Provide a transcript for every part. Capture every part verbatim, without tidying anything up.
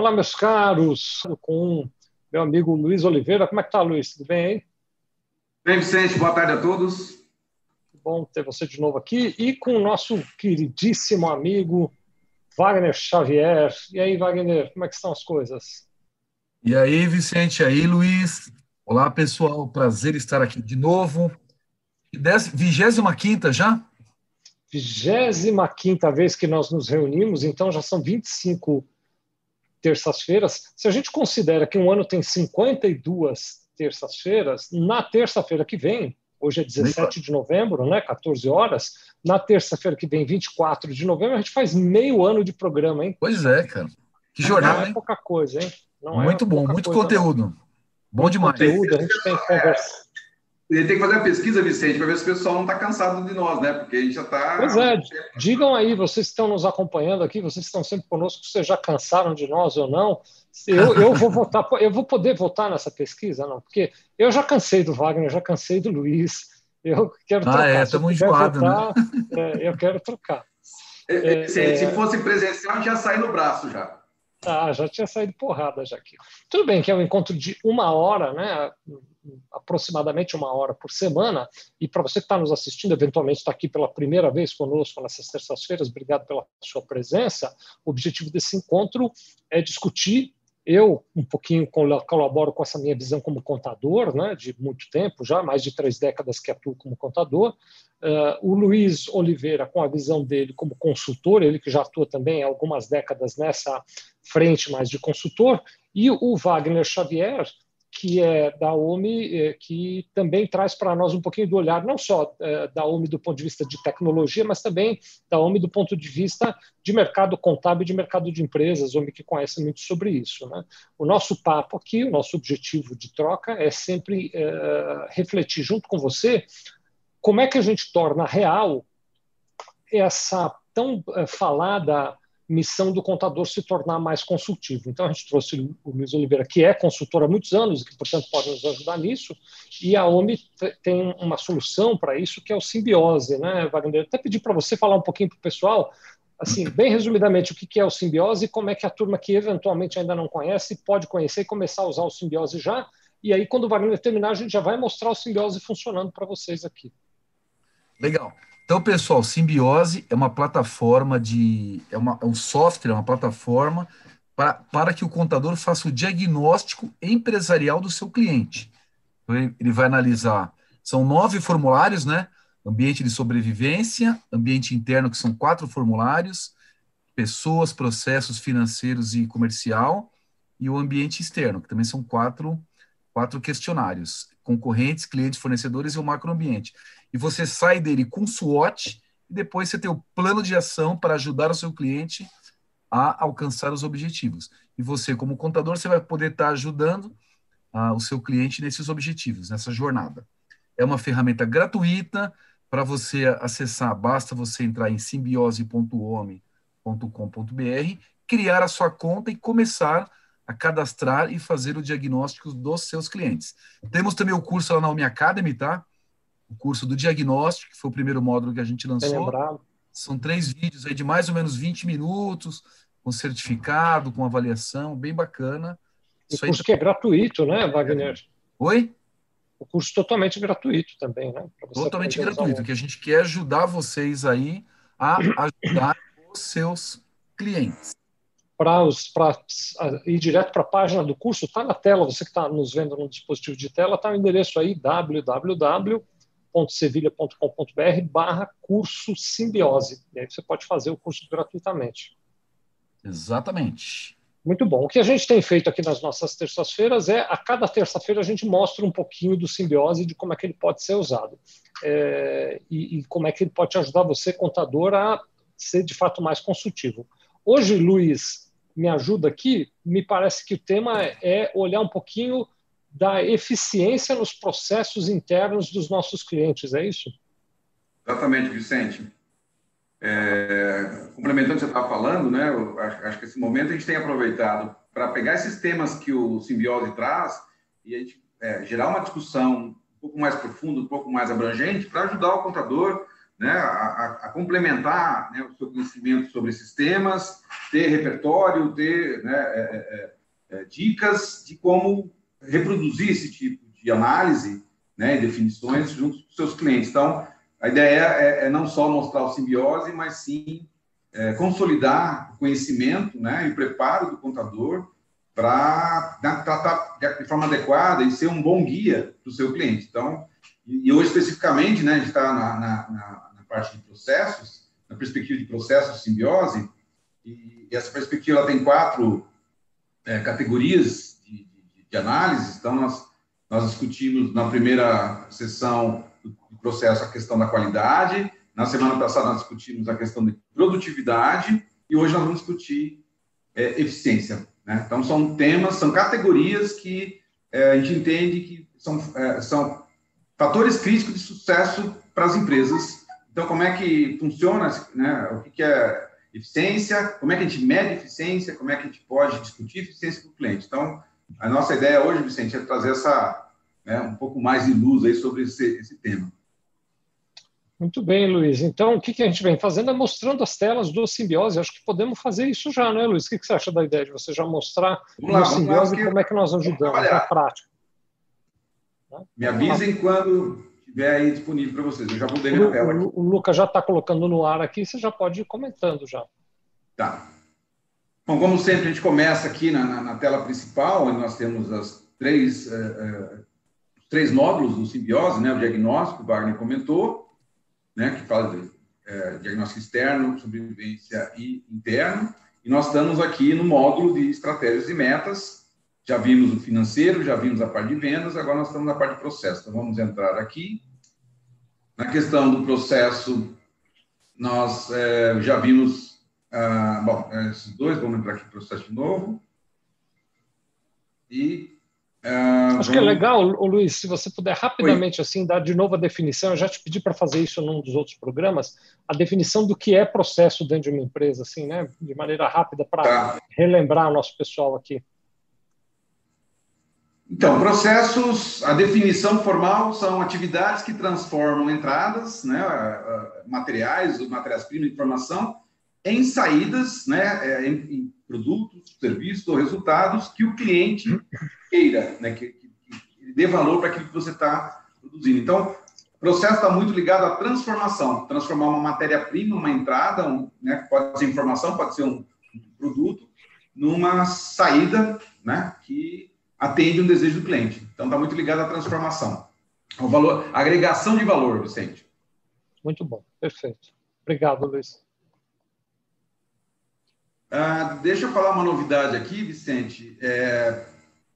Olá, meus caros, com meu amigo Luiz Oliveira. Como é que está, Luiz? Tudo bem, hein? Bem, Vicente, boa tarde a todos. Bom ter você de novo aqui. E com o nosso queridíssimo amigo Wagner Xavier. E aí, Wagner, como é que estão as coisas? E aí, Vicente, e aí, Luiz. Olá, pessoal, prazer estar aqui de novo. vigésima quinta já? vigésima quinta vez que nós nos reunimos, então já são vinte e cinco terças-feiras. Se a gente considera que um ano tem cinquenta e duas terças-feiras, na terça-feira que vem, hoje é dezessete de novembro, né, quatorze horas, na terça-feira que vem, vinte e quatro de novembro, a gente faz meio ano de programa, hein? Pois é, cara. Que jornada, Não é hein? pouca coisa, hein? Não Muito é bom, pouca muito coisa, conteúdo. Não. Bom muito demais. Conteúdo, a gente tem conversa. Ele tem que fazer a pesquisa, Vicente, para ver se o pessoal não está cansado de nós, né? Porque a gente já está... Pois é, digam aí, vocês que estão nos acompanhando aqui, vocês que estão sempre conosco, vocês já cansaram de nós ou não? Eu, eu vou votar, eu vou poder votar nessa pesquisa, não? Porque eu já cansei do Wagner, já cansei do Luiz, eu quero ah, trocar. É, se eu estamos puder enjoados, votar, né? é, eu quero trocar. É, é, se, é... se fosse presencial, já sai no braço já. Ah, já tinha saído porrada já aqui. Tudo bem que é um encontro de uma hora, né? Aproximadamente uma hora por semana, e para você que está nos assistindo, eventualmente está aqui pela primeira vez conosco nessas terças-feiras, obrigado pela sua presença. O objetivo desse encontro é discutir. Eu um pouquinho colaboro com essa minha visão como contador, né, de muito tempo já, mais de três décadas que atuo como contador. Uh, o Luiz Oliveira, com a visão dele como consultor, ele que já atua também há algumas décadas nessa frente mais de consultor, e o Wagner Xavier, que é da O M I, que também traz para nós um pouquinho do olhar, não só da O M I do ponto de vista de tecnologia, mas também da O M I do ponto de vista de mercado contábil e de mercado de empresas, O M I que conhece muito sobre isso, né? O nosso papo aqui, o nosso objetivo de troca é sempre é, refletir junto com você como é que a gente torna real essa tão é, falada missão do contador se tornar mais consultivo. Então, a gente trouxe o Luiz Oliveira, que é consultor há muitos anos e que, portanto, pode nos ajudar nisso, e a O M I tem uma solução para isso, que é o Simbiose, né, Wagner? Até pedir para você falar um pouquinho para o pessoal, assim, bem resumidamente, o que é o Simbiose e como é que a turma que eventualmente ainda não conhece pode conhecer e começar a usar o Simbiose já, e aí, quando o Wagner terminar, a gente já vai mostrar o Simbiose funcionando para vocês aqui. Legal. Então, pessoal, Simbiose é uma plataforma de... É, uma, é um software, é uma plataforma para, para que o contador faça o diagnóstico empresarial do seu cliente. Então, ele vai analisar... São nove formulários, né? Ambiente de sobrevivência, ambiente interno, que são quatro formulários, pessoas, processos financeiros e comercial, e o ambiente externo, que também são quatro, quatro questionários. Concorrentes, clientes, fornecedores e o macroambiente. E você sai dele com SWOT e depois você tem o plano de ação para ajudar o seu cliente a alcançar os objetivos. E você, como contador, você vai poder estar ajudando ah, o seu cliente nesses objetivos, nessa jornada. É uma ferramenta gratuita para você acessar. Basta você entrar em simbiose ponto o m i ponto com ponto b r, criar a sua conta e começar a cadastrar e fazer o diagnóstico dos seus clientes. Temos também o curso lá na O M I Academy, tá? O curso do diagnóstico, que foi o primeiro módulo que a gente lançou. São três vídeos aí de mais ou menos vinte minutos, com certificado, com avaliação, bem bacana. O curso aí... que é gratuito, né, Wagner? Oi? O curso totalmente gratuito também, né? Totalmente gratuito, que a gente quer ajudar vocês aí a ajudar os seus clientes. Para ir direto para a página do curso, está na tela, você que está nos vendo no dispositivo de tela, está o endereço aí, w w w ponto sevilha ponto com ponto b r barra curso Simbiose. E aí você pode fazer o curso gratuitamente. Exatamente. Muito bom. O que a gente tem feito aqui nas nossas terças-feiras é, a cada terça-feira, a gente mostra um pouquinho do Simbiose, de como é que ele pode ser usado. É, e, e como é que ele pode ajudar você, contador, a ser, de fato, mais consultivo. Hoje, Luiz, me ajuda aqui, me parece que o tema é olhar um pouquinho da eficiência nos processos internos dos nossos clientes, é isso? Exatamente, Vicente. É, complementando o que você estava falando, né, eu acho, acho que esse momento a gente tem aproveitado para pegar esses temas que o Simbiose traz e a gente é, gerar uma discussão um pouco mais profunda, um pouco mais abrangente, para ajudar o contador, né, a, a, a complementar, né, o seu conhecimento sobre esses temas ter repertório, ter, né, é, é, é, dicas de como reproduzir esse tipo de análise, né, e definições junto com seus clientes. Então, a ideia é, é não só mostrar o simbiose, mas sim é, consolidar o conhecimento, né, e o preparo do contador para tratar de forma adequada e ser um bom guia para o seu cliente. Então, e hoje especificamente, né, a gente está na, na, na parte de processos, na perspectiva de processos simbiose, e essa perspectiva ela tem quatro é, categorias de, de, de análise. Então, nós, nós discutimos na primeira sessão do processo a questão da qualidade, na semana passada nós discutimos a questão de produtividade, e hoje nós vamos discutir é, eficiência. Né? Então, são temas, são categorias que é, a gente entende que são, é, são fatores críticos de sucesso para as empresas. Então, como é que funciona, né? O que é eficiência, como é que a gente mede eficiência, como é que a gente pode discutir eficiência com o cliente. Então, a nossa ideia hoje, Vicente, é trazer essa, né, um pouco mais de luz aí sobre esse, esse tema. Muito bem, Luiz. Então, o que a gente vem fazendo é mostrando as telas do Simbiose. Acho que podemos fazer isso já, né, Luiz? O que você acha da ideia de você já mostrar no Simbiose como é que nós ajudamos na prática? Me avisem quando estiver aí disponível para vocês. Eu já mudei minha tela aqui. O Lucas já está colocando no ar aqui, você já pode ir comentando já. Tá. Bom, como sempre, a gente começa aqui na, na, na tela principal, onde nós temos as três, uh, uh, os três módulos do Simbiose, né? O diagnóstico, o Wagner comentou, né? Que fala de uh, diagnóstico externo, sobrevivência e interno. E nós estamos aqui no módulo de estratégias e metas. Já vimos o financeiro, já vimos a parte de vendas, agora nós estamos na parte de processo. Então, vamos entrar aqui. Na questão do processo, nós é, já vimos... Ah, bom, esses dois, vamos entrar aqui no processo de novo. E... Ah, Acho vamos... que é legal, Luiz, se você puder rapidamente assim dar de novo a definição, eu já te pedi para fazer isso num dos outros programas, a definição do que é processo dentro de uma empresa, assim, né? De maneira rápida, para tá. relembrar o nosso pessoal aqui. Então, processos, a definição formal são atividades que transformam entradas, né, materiais, matérias-primas, informação, em saídas, né, em, em produtos, serviços ou resultados que o cliente queira, né, que, que, que dê valor para aquilo que você está produzindo. Então, o processo está muito ligado à transformação, transformar uma matéria-prima, uma entrada, um, né, pode ser informação, pode ser um, um produto, numa saída, né, que atende um desejo do cliente. Então, está muito ligado à transformação. O valor, a agregação de valor, Vicente. Muito bom, perfeito. Obrigado, Luiz. Ah, deixa eu falar uma novidade aqui, Vicente. É,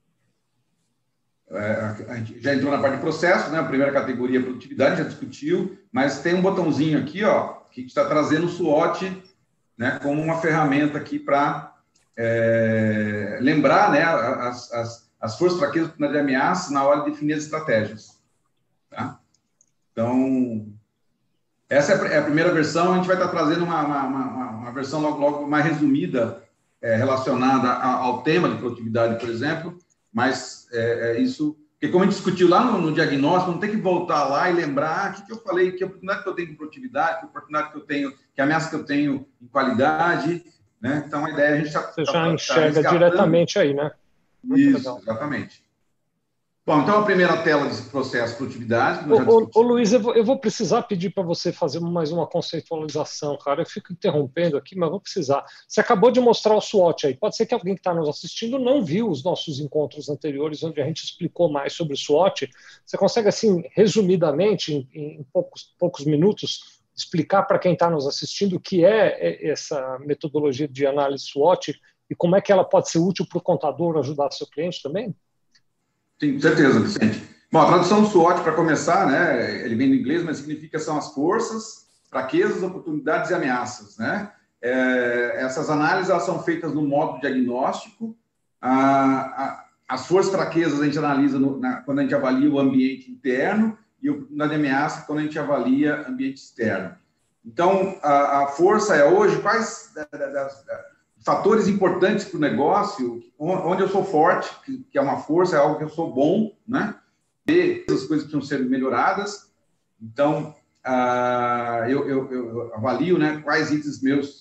é, a gente já entrou na parte de processo, né? A primeira categoria, produtividade, já discutiu, mas tem um botãozinho aqui, ó, que está trazendo o SWOT, né, como uma ferramenta aqui para é, lembrar, né, as, as as forças, fraquezas, oportunidades e ameaças na hora de definir as estratégias. Tá? Então, essa é a primeira versão. A gente vai estar trazendo uma, uma, uma, uma versão logo, logo mais resumida, é, relacionada ao tema de produtividade, por exemplo, mas é, é isso, porque como a gente discutiu lá no, no diagnóstico, não tem que voltar lá e lembrar o que, que eu falei, que oportunidade que eu tenho de produtividade, que oportunidade que eu tenho, que ameaça que eu tenho em qualidade, né? Então, a ideia é a gente já... Você já tá, enxerga tá diretamente aí, né? Muito Isso, legal. Exatamente. Bom, então a primeira tela desse processo de produtividade... Ô, ô, Luiz, eu vou, eu vou precisar pedir para você fazer mais uma conceitualização, cara. Eu fico interrompendo aqui, mas vou precisar. Você acabou de mostrar o SWOT aí. Pode ser que alguém que está nos assistindo não viu os nossos encontros anteriores, onde a gente explicou mais sobre o SWOT. Você consegue, assim, resumidamente, em, em poucos, poucos minutos, explicar para quem está nos assistindo o que é essa metodologia de análise SWOT e como é que ela pode ser útil para o contador ajudar seu cliente também? Sim, com certeza, Vicente. Bom, a tradução do SWOT, para começar, né, ele vem do inglês, mas significa são as forças, fraquezas, oportunidades e ameaças, né? É, essas análises elas são feitas no modo diagnóstico. A, a, as forças, fraquezas a gente analisa no, na, quando a gente avalia o ambiente interno e a oportunidade e ameaça quando a gente avalia o ambiente externo. Então, a, a força é hoje quais... Da, da, da, fatores importantes para o negócio, onde eu sou forte, que é uma força, é algo que eu sou bom, né? E essas coisas precisam ser melhoradas. Então, uh, eu, eu, eu avalio, né, quais itens meus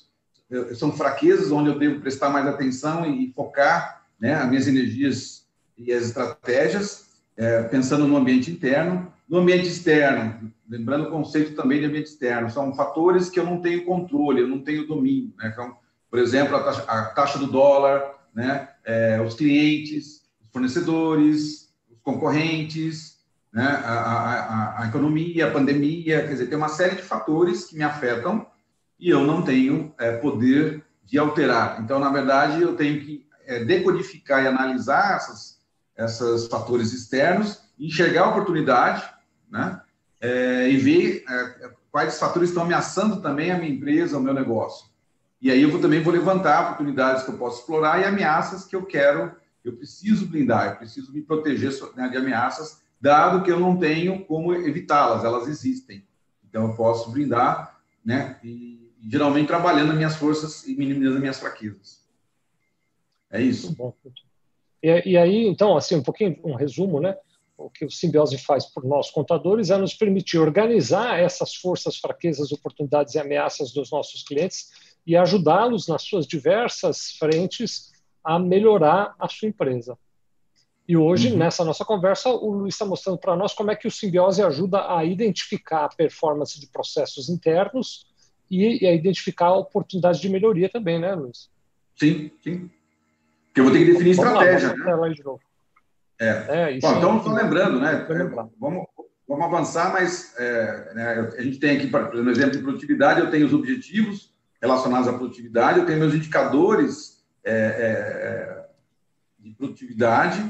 são fraquezas onde eu devo prestar mais atenção e focar, né, as minhas energias e as estratégias, é, pensando no ambiente interno. No ambiente externo, lembrando o conceito também de ambiente externo, são fatores que eu não tenho controle, eu não tenho domínio, né? Então, por exemplo, a taxa, a taxa do dólar, né? É, os clientes, os fornecedores, os concorrentes, né? a, a, a, a economia, a pandemia, quer dizer, tem uma série de fatores que me afetam e eu não tenho é, poder de alterar. Então, na verdade, eu tenho que é, decodificar e analisar essas, esses fatores externos, enxergar a oportunidade, né? É, e ver é, quais fatores estão ameaçando também a minha empresa, o meu negócio. E aí eu vou, também vou levantar oportunidades que eu posso explorar e ameaças que eu quero, eu preciso blindar, eu preciso me proteger, né, de ameaças, dado que eu não tenho como evitá-las, elas existem. Então eu posso blindar, né, e, e geralmente trabalhando as minhas forças e minimizando as minhas fraquezas. É isso. Muito bom. E, e aí, então, assim, um pouquinho, um resumo, né? O que o Simbiose faz por nós, contadores, é nos permitir organizar essas forças, fraquezas, oportunidades e ameaças dos nossos clientes e ajudá-los nas suas diversas frentes a melhorar a sua empresa. E hoje, uhum. nessa nossa conversa, o Luiz está mostrando para nós como é que o Simbiose ajuda a identificar a performance de processos internos e, e a identificar oportunidades de melhoria também, né, Luiz? Sim, sim. Porque eu vou ter que definir vamos estratégia, lá, né? Tela aí de novo. É. É, Bom, então, só sim, lembrando, né? É, vamos, vamos avançar, mas é, né, a gente tem aqui, por exemplo, de produtividade, eu tenho os objetivos relacionados à produtividade, eu tenho meus indicadores é, é, de produtividade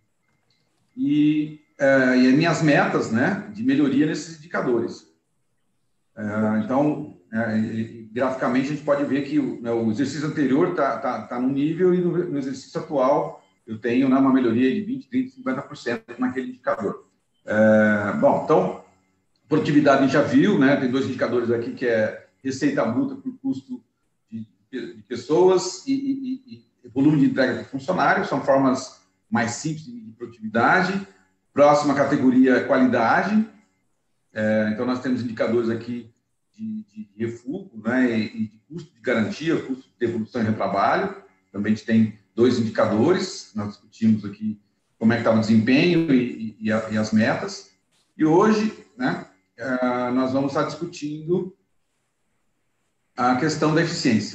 e, é, e as minhas metas, né, de melhoria nesses indicadores. É, então, é, graficamente, a gente pode ver que o, né, o exercício anterior está tá, tá no nível e no, no exercício atual eu tenho, né, uma melhoria de vinte, trinta, cinquenta por cento naquele indicador. É, bom, então, produtividade a gente já viu, né? Tem dois indicadores aqui, que é receita bruta por custo de, de pessoas e, e, e volume de entrega por funcionário, são formas mais simples de produtividade. Próxima categoria é qualidade. É, então, nós temos indicadores aqui de, de, de refúgio, né? E, e de custo de garantia, custo de devolução e retrabalho. Também a gente tem dois indicadores, nós discutimos aqui como é que estava o desempenho e, e, a, e as metas. E hoje, né, uh, nós vamos estar discutindo a questão da eficiência.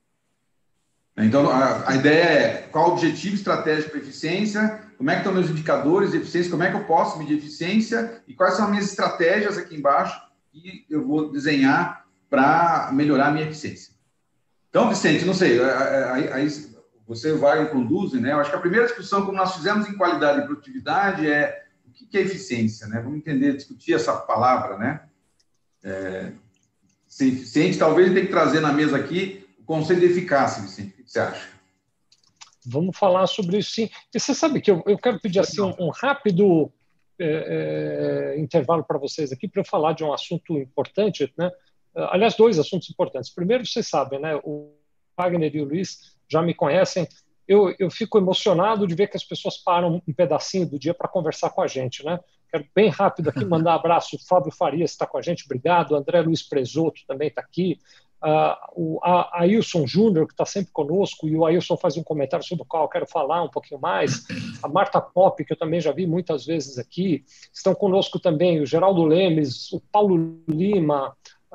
Então, a, a ideia é qual o objetivo estratégico para eficiência, como é que estão meus indicadores de eficiência, como é que eu posso medir eficiência e quais são as minhas estratégias aqui embaixo que eu vou desenhar para melhorar a minha eficiência. Então, Vicente, não sei, aí, aí você vai e conduz, né? Eu acho que a primeira discussão, como nós fizemos em qualidade e produtividade, é o que é eficiência, né? Vamos entender, discutir essa palavra, né? É, ser eficiente, talvez tenha que trazer na mesa aqui o conceito de eficácia, Vicente. O que você acha? Vamos falar sobre isso, sim. E você sabe que eu, eu quero pedir assim, um, um rápido é, é, intervalo para vocês aqui, para eu falar de um assunto importante, né? Aliás, dois assuntos importantes. Primeiro, vocês sabem, né? O Wagner e o Luiz já me conhecem, eu, eu fico emocionado de ver que as pessoas param um pedacinho do dia para conversar com a gente, né? Quero bem rápido aqui mandar um abraço, o Fábio Farias está com a gente, obrigado, o André Luiz Presoto também está aqui, uh, o a, Ailson Júnior, que está sempre conosco, e o Ailson faz um comentário sobre o qual eu quero falar um pouquinho mais, a Marta Pop, que eu também já vi muitas vezes aqui, estão conosco também o Geraldo Lemes, o Paulo Lima,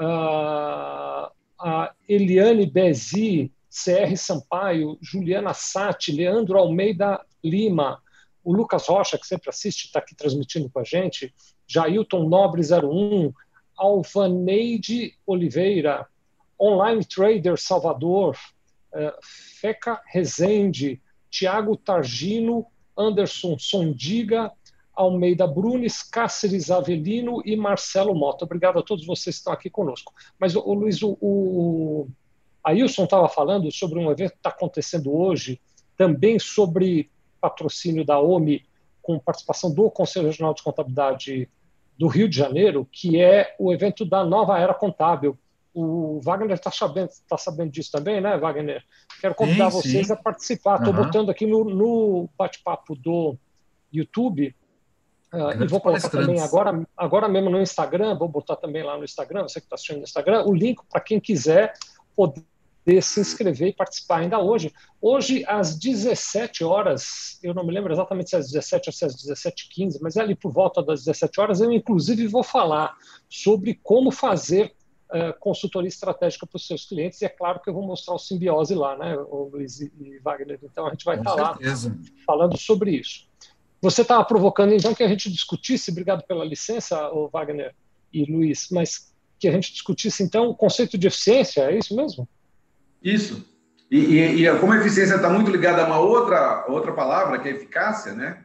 uh, a Eliane Bezi, C R Sampaio, Juliana Sati, Leandro Almeida Lima, o Lucas Rocha, que sempre assiste, está aqui transmitindo com a gente, Jailton Nobre zero um, Alvaneide Oliveira, Online Trader Salvador, uh, Feca Rezende, Tiago Targino, Anderson Sondiga, Almeida Brunes, Cáceres Avelino e Marcelo Mota. Obrigado a todos vocês que estão aqui conosco. Mas, o Luiz, o, o Ailson estava falando sobre um evento que está acontecendo hoje, também sobre patrocínio da O M I, com participação do Conselho Regional de Contabilidade do Rio de Janeiro, que é o evento da Nova Era Contábil. O Wagner está sabendo, tá sabendo disso também, né, Wagner? Quero convidar sim, vocês sim. a participar. Estou uhum. botando aqui no, no bate-papo do YouTube, uh, e vou colocar também agora, agora mesmo no Instagram, vou botar também lá no Instagram, você que está assistindo no Instagram, o link para quem quiser poder se inscrever e participar ainda hoje. Hoje, às dezessete horas, eu não me lembro exatamente se é às dezessete ou se é às dezessete e quinze, mas é ali por volta das dezessete horas, eu inclusive vou falar sobre como fazer uh, consultoria estratégica para os seus clientes, e é claro que eu vou mostrar o Simbiose lá, né, o Luiz e, e Wagner, então a gente vai Com estar lá certeza. falando sobre isso. Você estava provocando, então, que a gente discutisse, obrigado pela licença, o Wagner e Luiz, mas que a gente discutisse, então, o conceito de eficiência, é isso mesmo? Isso. E, e, e como a eficiência está muito ligada a uma outra, outra palavra, que é eficácia, né?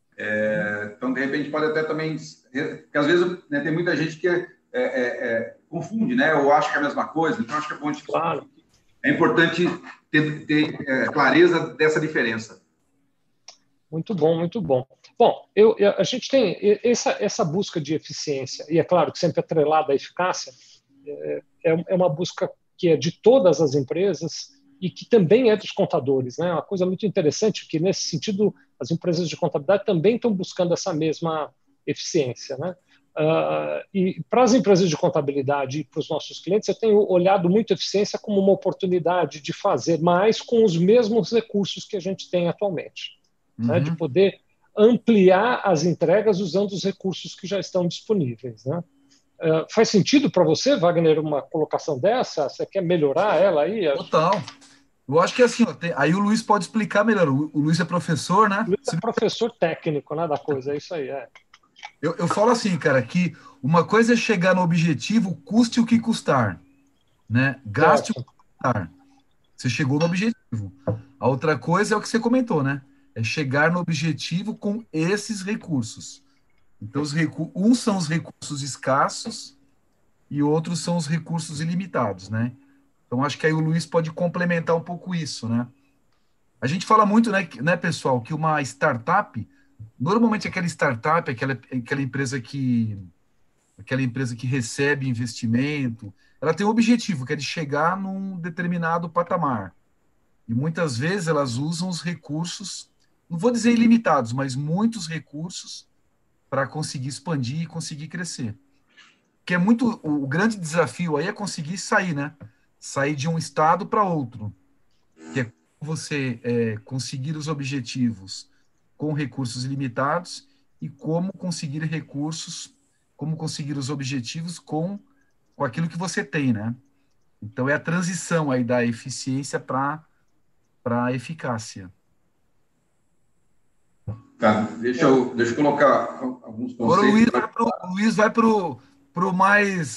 É, então, de repente, pode até também... Porque, às vezes, né, tem muita gente que é, é, é, confunde, né? Ou acha que é a mesma coisa. Então, acho que é bom a gente... Claro. É importante ter, ter é, clareza dessa diferença. Muito bom, muito bom. Bom, eu, a gente tem essa, essa busca de eficiência, e é claro que sempre atrelada à eficácia, é, é uma busca que é de todas as empresas e que também é dos contadores, né? Uma coisa muito interessante que, nesse sentido, as empresas de contabilidade também estão buscando essa mesma eficiência, né? Uh, e para as empresas de contabilidade e para os nossos clientes, eu tenho olhado muito a eficiência como uma oportunidade de fazer mais com os mesmos recursos que a gente tem atualmente, uhum. né? De poder ampliar as entregas usando os recursos que já estão disponíveis, né? Uh, faz sentido para você, Wagner, uma colocação dessa? Você quer melhorar ela aí? Total. Eu acho que é assim, ó, tem, aí o Luiz pode explicar melhor. O, o Luiz é professor, né? O Luiz é professor técnico, né, da coisa, é isso aí. É. Eu, eu falo assim, cara, que uma coisa é chegar no objetivo, custe o que custar, né? Gaste certo. O que custar. Você chegou no objetivo. A outra coisa é o que você comentou, né? É chegar no objetivo com esses recursos. Então, os recu uns são os recursos escassos e outros são os recursos ilimitados, né? Então, acho que aí o Luiz pode complementar um pouco isso, né? A gente fala muito, né, né pessoal, que uma startup, normalmente aquela startup, aquela, aquela empresa que aquela empresa que recebe investimento, ela tem um objetivo, que é de chegar num determinado patamar. E muitas vezes elas usam os recursos, não vou dizer ilimitados, mas muitos recursos para conseguir expandir e conseguir crescer. Que é muito, o grande desafio aí é conseguir sair, né? Sair de um estado para outro. Que é você é, conseguir os objetivos com recursos limitados e como conseguir recursos, como conseguir os objetivos com, com aquilo que você tem, né? Então, é a transição aí da eficiência para a eficácia. Tá, deixa eu, deixa eu colocar alguns conceitos. Agora o Luiz vai pro, o Luiz vai pro, pro mais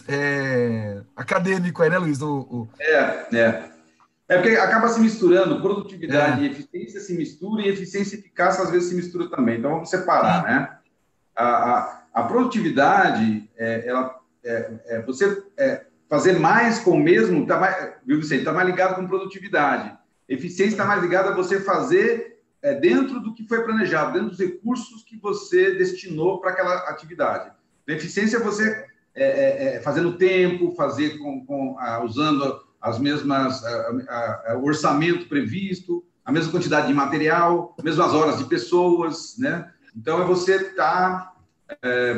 é, acadêmico aí, né, Luiz? O, o... É, é. É porque acaba se misturando, produtividade é. e eficiência se misturam, e eficiência e eficácia às vezes se mistura também. Então, vamos separar, Sim. né? A, a, a produtividade, é, ela, é, é você é, fazer mais com o mesmo, tá mais, viu, Vicente? Está mais ligado com produtividade. Eficiência está mais ligada a você fazer é, dentro do que foi planejado, dentro dos recursos que você destinou para aquela atividade. A eficiência é você é, é, é, fazer no tempo, fazer com, com, a, usando as mesmas, a, a, a, o orçamento previsto, a mesma quantidade de material, as mesmas horas de pessoas, né? Então, é você estar tá,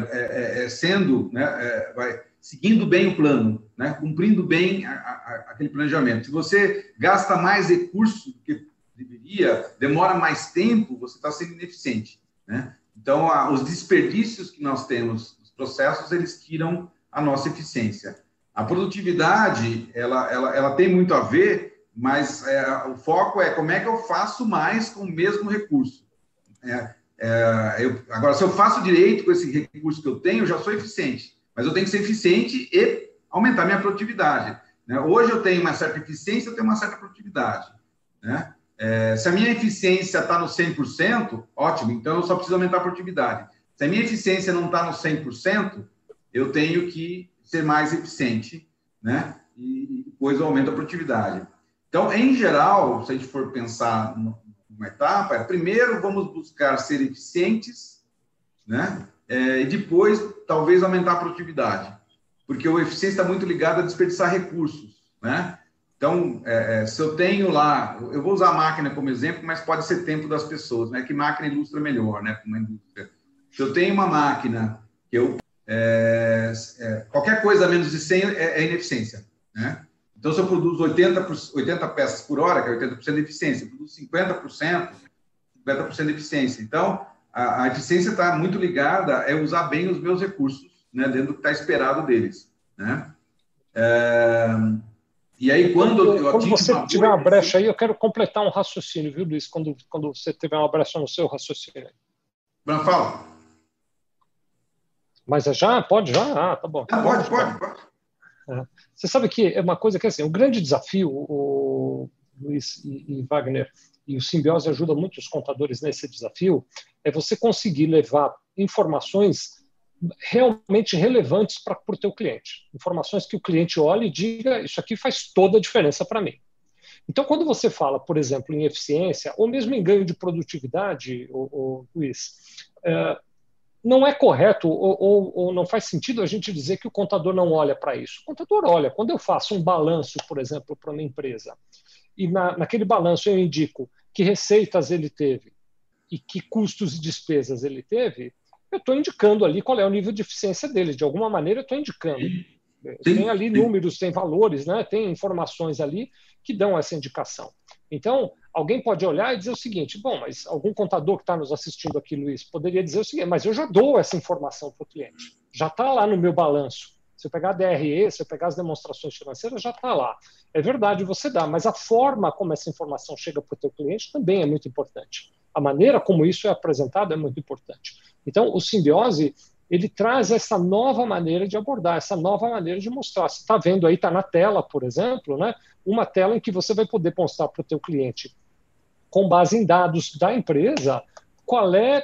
é, é, é, sendo, né, é, vai, seguindo bem o plano, né, cumprindo bem a, a, aquele planejamento. Se você gasta mais recursos do que deveria, demora mais tempo, você está sendo ineficiente, né? Então, a, os desperdícios que nós temos nos processos, eles tiram a nossa eficiência. A produtividade, ela, ela, ela tem muito a ver, mas é, o foco é como é que eu faço mais com o mesmo recurso. É, é, eu, agora, se eu faço direito com esse recurso que eu tenho, eu já sou eficiente. Mas eu tenho que ser eficiente e aumentar minha produtividade, né? Hoje eu tenho uma certa eficiência, eu tenho uma certa produtividade, né? É, se a minha eficiência está no cem por cento, ótimo, então eu só preciso aumentar a produtividade. Se a minha eficiência não está no cem por cento, eu tenho que ser mais eficiente, né? E depois eu aumento a produtividade. Então, em geral, se a gente for pensar numa etapa, é, primeiro vamos buscar ser eficientes, né? É, e depois, talvez, aumentar a produtividade. Porque a eficiência está muito ligada a desperdiçar recursos, né? Então, é, se eu tenho lá... Eu vou usar a máquina como exemplo, mas pode ser tempo das pessoas, né? Que máquina ilustra melhor, né? Uma indústria. Se eu tenho uma máquina que eu... É, é, qualquer coisa menos de cem é, é ineficiência, né? Então, se eu produzo oitenta, oitenta peças por hora, que é oitenta por cento de eficiência, eu produzo cinquenta por cento, cinquenta por cento de eficiência. Então, a, a eficiência está muito ligada a usar bem os meus recursos, né, dentro do que está esperado deles, né? É, e aí, quando quando, eu quando você uma tiver uma brecha aí, eu quero completar um raciocínio, viu, Luiz? Quando, quando você tiver uma brecha no seu raciocínio. Bruno, fala. Mas é já? Pode já? Ah, tá bom. Ah, pode, pode, pode. É. Você sabe que é uma coisa que, assim, o grande desafio, o Luiz e, e Wagner, e o Simbiose ajuda muito os contadores nesse desafio, é você conseguir levar informações realmente relevantes para o teu cliente. Informações que o cliente olhe e diga, isso aqui faz toda a diferença para mim. Então, quando você fala, por exemplo, em eficiência, ou mesmo em ganho de produtividade, o, o Luiz, é, não é correto ou, ou, ou não faz sentido a gente dizer que o contador não olha para isso. O contador olha. Quando eu faço um balanço, por exemplo, para uma empresa, e na, naquele balanço eu indico que receitas ele teve e que custos e despesas ele teve, eu estou indicando ali qual é o nível de eficiência dele. De alguma maneira, eu estou indicando. Sim, tem ali sim. números, tem valores, né? Tem informações ali que dão essa indicação. Então, alguém pode olhar e dizer o seguinte, bom, mas algum contador que está nos assistindo aqui, Luiz, poderia dizer o seguinte, mas eu já dou essa informação para o cliente. Já está lá no meu balanço. Se eu pegar a D R E, se eu pegar as demonstrações financeiras, já está lá. É verdade, você dá, mas a forma como essa informação chega para o teu cliente também é muito importante. A maneira como isso é apresentado é muito importante. Então, o Simbiose, ele traz essa nova maneira de abordar, essa nova maneira de mostrar. Você está vendo aí, está na tela, por exemplo, né, uma tela em que você vai poder mostrar para o teu cliente, com base em dados da empresa, qual é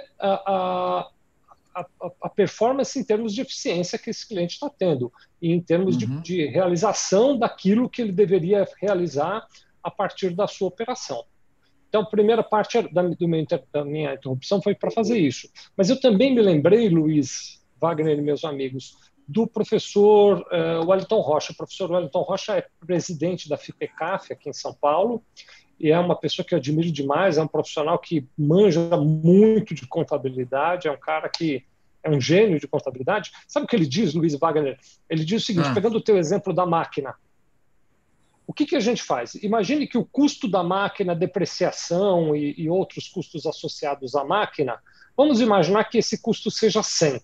a, a, a, a performance em termos de eficiência que esse cliente está tendo, e em termos Uhum. de, de realização daquilo que ele deveria realizar a partir da sua operação. Então, a primeira parte da, do meu, da minha interrupção foi para fazer isso. Mas eu também me lembrei, Luiz, Wagner e meus amigos, do professor uh, Wellington Rocha. O professor Wellington Rocha é presidente da FIPECAF aqui em São Paulo, e é uma pessoa que eu admiro demais, é um profissional que manja muito de contabilidade, é um cara que é um gênio de contabilidade. Sabe o que ele diz, Luiz Wagner? Ele diz o seguinte, ah. pegando o teu exemplo da máquina, o que, que a gente faz? Imagine que o custo da máquina, depreciação e, e outros custos associados à máquina, vamos imaginar que esse custo seja cem.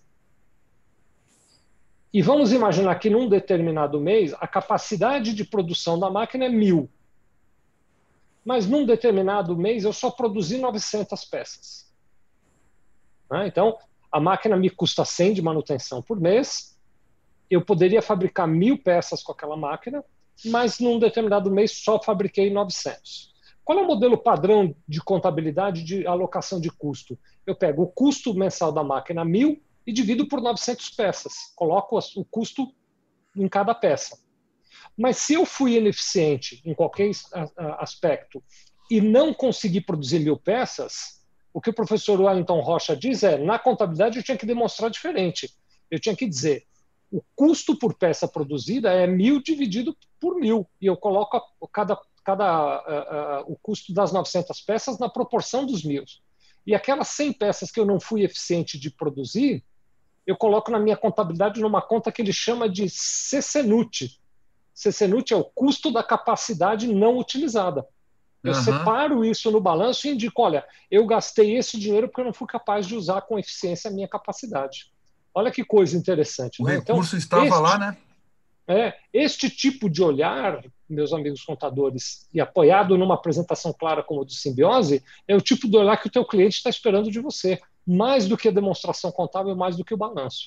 E vamos imaginar que num determinado mês a capacidade de produção da máquina é mil. Mas num determinado mês eu só produzi novecentas peças. Né? Então, a máquina me custa cem de manutenção por mês, eu poderia fabricar mil peças com aquela máquina, mas num determinado mês só fabriquei novecentos. Qual é o modelo padrão de contabilidade de alocação de custo? Eu pego o custo mensal da máquina mil e divido por novecentas peças. Coloco o custo em cada peça. Mas se eu fui ineficiente em qualquer aspecto e não consegui produzir mil peças, o que o professor Wellington Rocha diz é, na contabilidade eu tinha que demonstrar diferente. Eu tinha que dizer, o custo por peça produzida é mil dividido por mil. E eu coloco a, cada, cada, uh, uh, o custo das novecentas peças na proporção dos mil. E aquelas cem peças que eu não fui eficiente de produzir, eu coloco na minha contabilidade numa conta que ele chama de C C N U T. C C N U T é o custo da capacidade não utilizada. Eu uhum. separo isso no balanço e indico, olha, eu gastei esse dinheiro porque eu não fui capaz de usar com eficiência a minha capacidade. Olha que coisa interessante. O né? recurso então, estava este, lá, né? É, este tipo de olhar, meus amigos contadores, e apoiado numa apresentação clara como a do Simbiose, é o tipo de olhar que o teu cliente está esperando de você, mais do que a demonstração contábil, mais do que o balanço.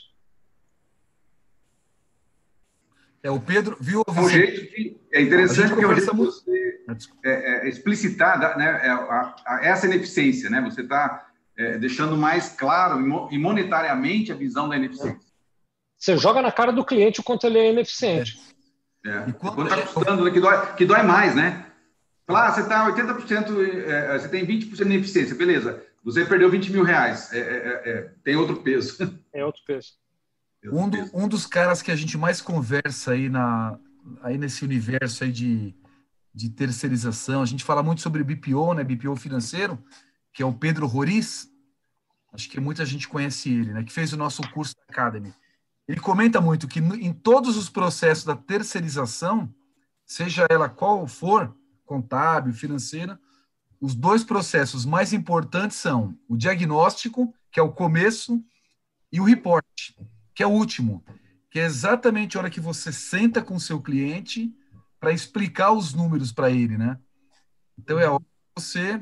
É, o Pedro, viu? É um jeito que é interessante que é um jeito de muito... você é, é, explicitar, né, é, a, a, essa ineficiência, né? Você está é, deixando mais claro e monetariamente a visão da ineficiência. Você joga na cara do cliente o quanto ele é ineficiente. É. É. E quanto está custando, né, que, dói, que dói mais, né? Lá, ah, você está oitenta por cento, é, você tem vinte por cento de ineficiência, beleza. Você perdeu vinte mil reais. É, é, é, tem outro peso. É outro peso. Um, do, um dos caras que a gente mais conversa aí, na, aí nesse universo aí de, de terceirização, a gente fala muito sobre B P O, né, B P O financeiro, que é o Pedro Roriz, acho que muita gente conhece ele, né, que fez o nosso curso da Academy. Ele comenta muito que em todos os processos da terceirização, seja ela qual for, contábil, financeira, os dois processos mais importantes são o diagnóstico, que é o começo, e o report, que é o último, que é exatamente a hora que você senta com o seu cliente para explicar os números para ele, né? Então, é a hora que você,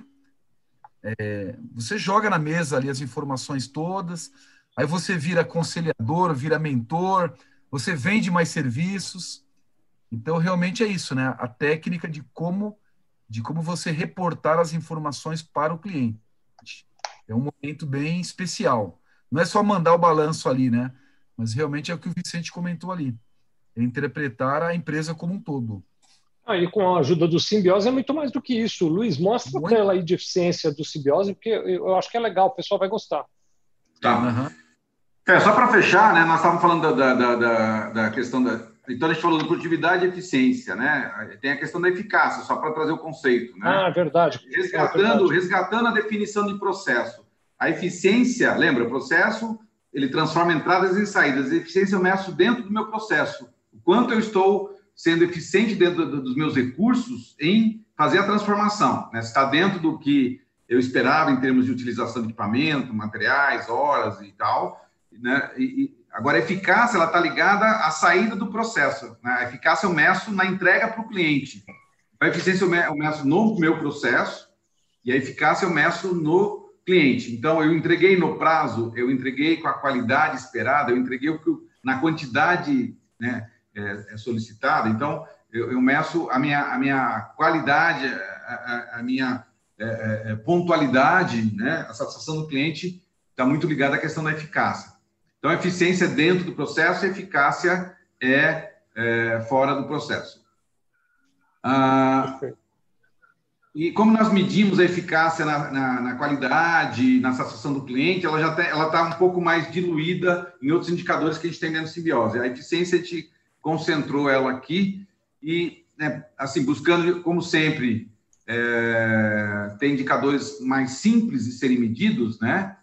é, você joga na mesa ali as informações todas, aí você vira aconselhador, vira mentor, você vende mais serviços. Então, realmente é isso, né? A técnica de como, de como você reportar as informações para o cliente. É um momento bem especial. Não é só mandar o balanço ali, né? Mas realmente é o que o Vicente comentou ali. É interpretar a empresa como um todo. Aí, com a ajuda do Simbiose, é muito mais do que isso. Luiz, mostra Muito. a tela aí de eficiência do Simbiose, porque eu acho que é legal, o pessoal vai gostar. Tá. Uhum. É, só para fechar, né, nós estávamos falando da, da, da, da questão da... Então, a gente falou de produtividade e eficiência, né? Tem a questão da eficácia, só para trazer o conceito, né? Ah, verdade. Resgatando, é verdade. resgatando a definição de processo. A eficiência, lembra, o processo, ele transforma entradas em saídas. A eficiência eu meço dentro do meu processo. O quanto eu estou sendo eficiente dentro do, dos meus recursos em fazer a transformação, né? Se está dentro do que eu esperava em termos de utilização de equipamento, materiais, horas e tal, né? E, e agora, a eficácia ela está ligada à saída do processo, né? A eficácia eu meço na entrega para o cliente. A eficiência eu meço no meu processo e a eficácia eu meço no cliente. Então, eu entreguei no prazo, eu entreguei com a qualidade esperada, eu entreguei o que, na quantidade, né, é, é solicitada. Então, eu, eu meço a minha, a minha qualidade, a, a, a minha é, é, pontualidade, né? A satisfação do cliente está muito ligada à questão da eficácia. Então, a eficiência é dentro do processo e a eficácia é, é fora do processo. Ah, e como nós medimos a eficácia na, na, na qualidade, na satisfação do cliente, ela já está ela tá um pouco mais diluída em outros indicadores que a gente tem dentro do Simbiose. A eficiência, a gente concentrou ela aqui e, né, assim, buscando, como sempre, é, ter indicadores mais simples de serem medidos, né?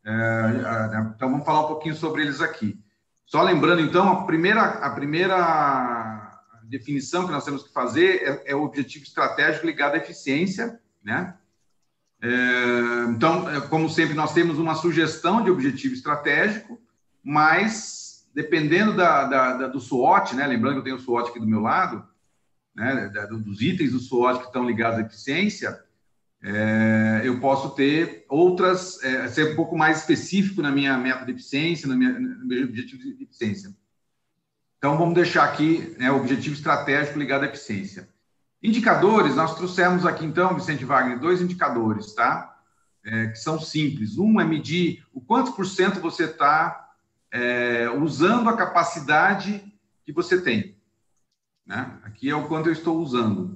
É, então, vamos falar um pouquinho sobre eles aqui. Só lembrando, então, a primeira, a primeira definição que nós temos que fazer é, é o objetivo estratégico ligado à eficiência, né? É, então, como sempre, nós temos uma sugestão de objetivo estratégico, mas, dependendo da, da, da, do SWOT, né? Lembrando que eu tenho o SWOT aqui do meu lado, né? Da, dos itens do SWOT que estão ligados à eficiência, É, eu posso ter outras, é, ser um pouco mais específico na minha meta de eficiência, na minha, no meu objetivo de eficiência. Então, vamos deixar aqui, né, o objetivo estratégico ligado à eficiência. Indicadores, nós trouxemos aqui, então, Vicente Wagner, dois indicadores, tá? É, que são simples. Um é medir o quanto por cento você está é, usando a capacidade que você tem, né? Aqui é o quanto eu estou usando.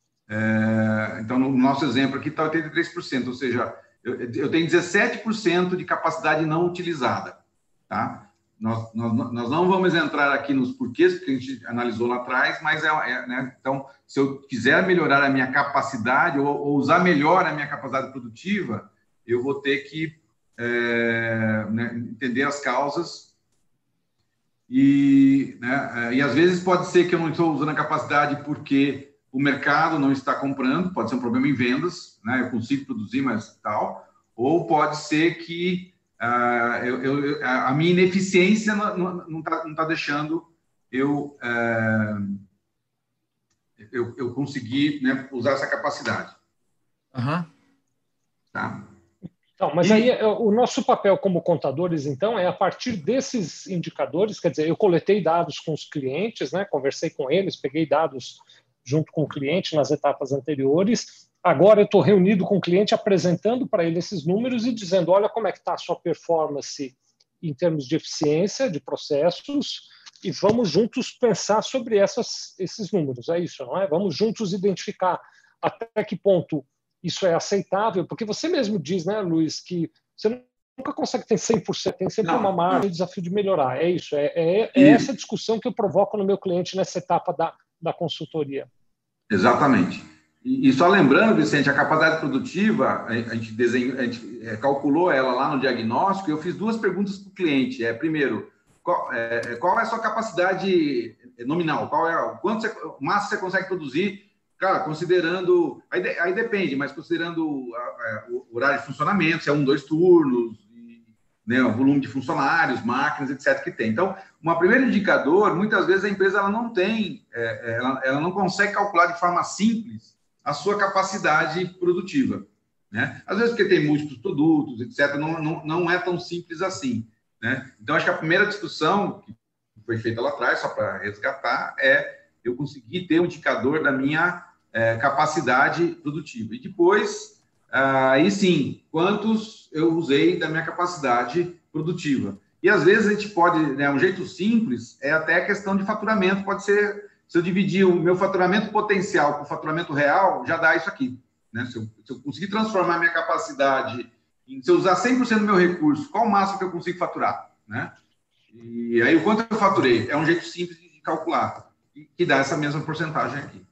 É, então, no nosso exemplo aqui está oitenta e três por cento, ou seja, eu, eu tenho dezessete por cento de capacidade não utilizada, tá? Nós, nós, nós não vamos entrar aqui nos porquês, porque a gente analisou lá atrás, mas, é, é, né? Então, se eu quiser melhorar a minha capacidade ou, ou usar melhor a minha capacidade produtiva, eu vou ter que é, né, entender as causas e, né, e, às vezes, pode ser que eu não estou usando a capacidade porque o mercado não está comprando, pode ser um problema em vendas, né? Eu consigo produzir, mas tal. Ou pode ser que uh, eu, eu, a minha ineficiência não está não tá deixando eu, uh, eu, eu conseguir, né, usar essa capacidade. Uhum. Tá? Então, mas e... aí o nosso papel como contadores, então, é a partir desses indicadores, quer dizer, eu coletei dados com os clientes, né? Conversei com eles, peguei dados junto com o cliente nas etapas anteriores. Agora eu estou reunido com o cliente, apresentando para ele esses números e dizendo, olha como é que está a sua performance em termos de eficiência, de processos, e vamos juntos pensar sobre essas, esses números. É isso, não é? Vamos juntos identificar até que ponto isso é aceitável, porque você mesmo diz, né, Luiz, que você nunca consegue ter cem por cento, tem sempre não, uma margem de desafio de melhorar. É isso, é, é, é essa discussão que eu provoco no meu cliente nessa etapa da da consultoria. Exatamente. E, e só lembrando, Vicente, a capacidade produtiva, a gente, desenhou, a gente é, calculou ela lá no diagnóstico e eu fiz duas perguntas para o cliente. É, primeiro, qual é, qual é a sua capacidade nominal, qual é o quanto você, o máximo você consegue produzir, cara, considerando, aí, de, aí depende, mas considerando a, a, o horário de funcionamento, se é um, dois turnos, e, né, o volume de funcionários, máquinas, etcétera que tem. Então, um primeiro indicador, muitas vezes a empresa ela não tem, é, ela, ela não consegue calcular de forma simples a sua capacidade produtiva, né? Às vezes porque tem múltiplos produtos, etcétera, não, não, não é tão simples assim, né? Então, acho que a primeira discussão que foi feita lá atrás, só para resgatar, é eu conseguir ter um indicador da minha é, capacidade produtiva. E depois, aí sim, quantos eu usei da minha capacidade produtiva. E às vezes a gente pode, né, um jeito simples, é até a questão de faturamento, pode ser, se eu dividir o meu faturamento potencial com o faturamento real, já dá isso aqui, né? Se eu, se eu conseguir transformar a minha capacidade, em, se eu usar cem por cento do meu recurso, qual o máximo que eu consigo faturar, né? E aí, o quanto eu faturei? É um jeito simples de calcular, que dá essa mesma porcentagem aqui.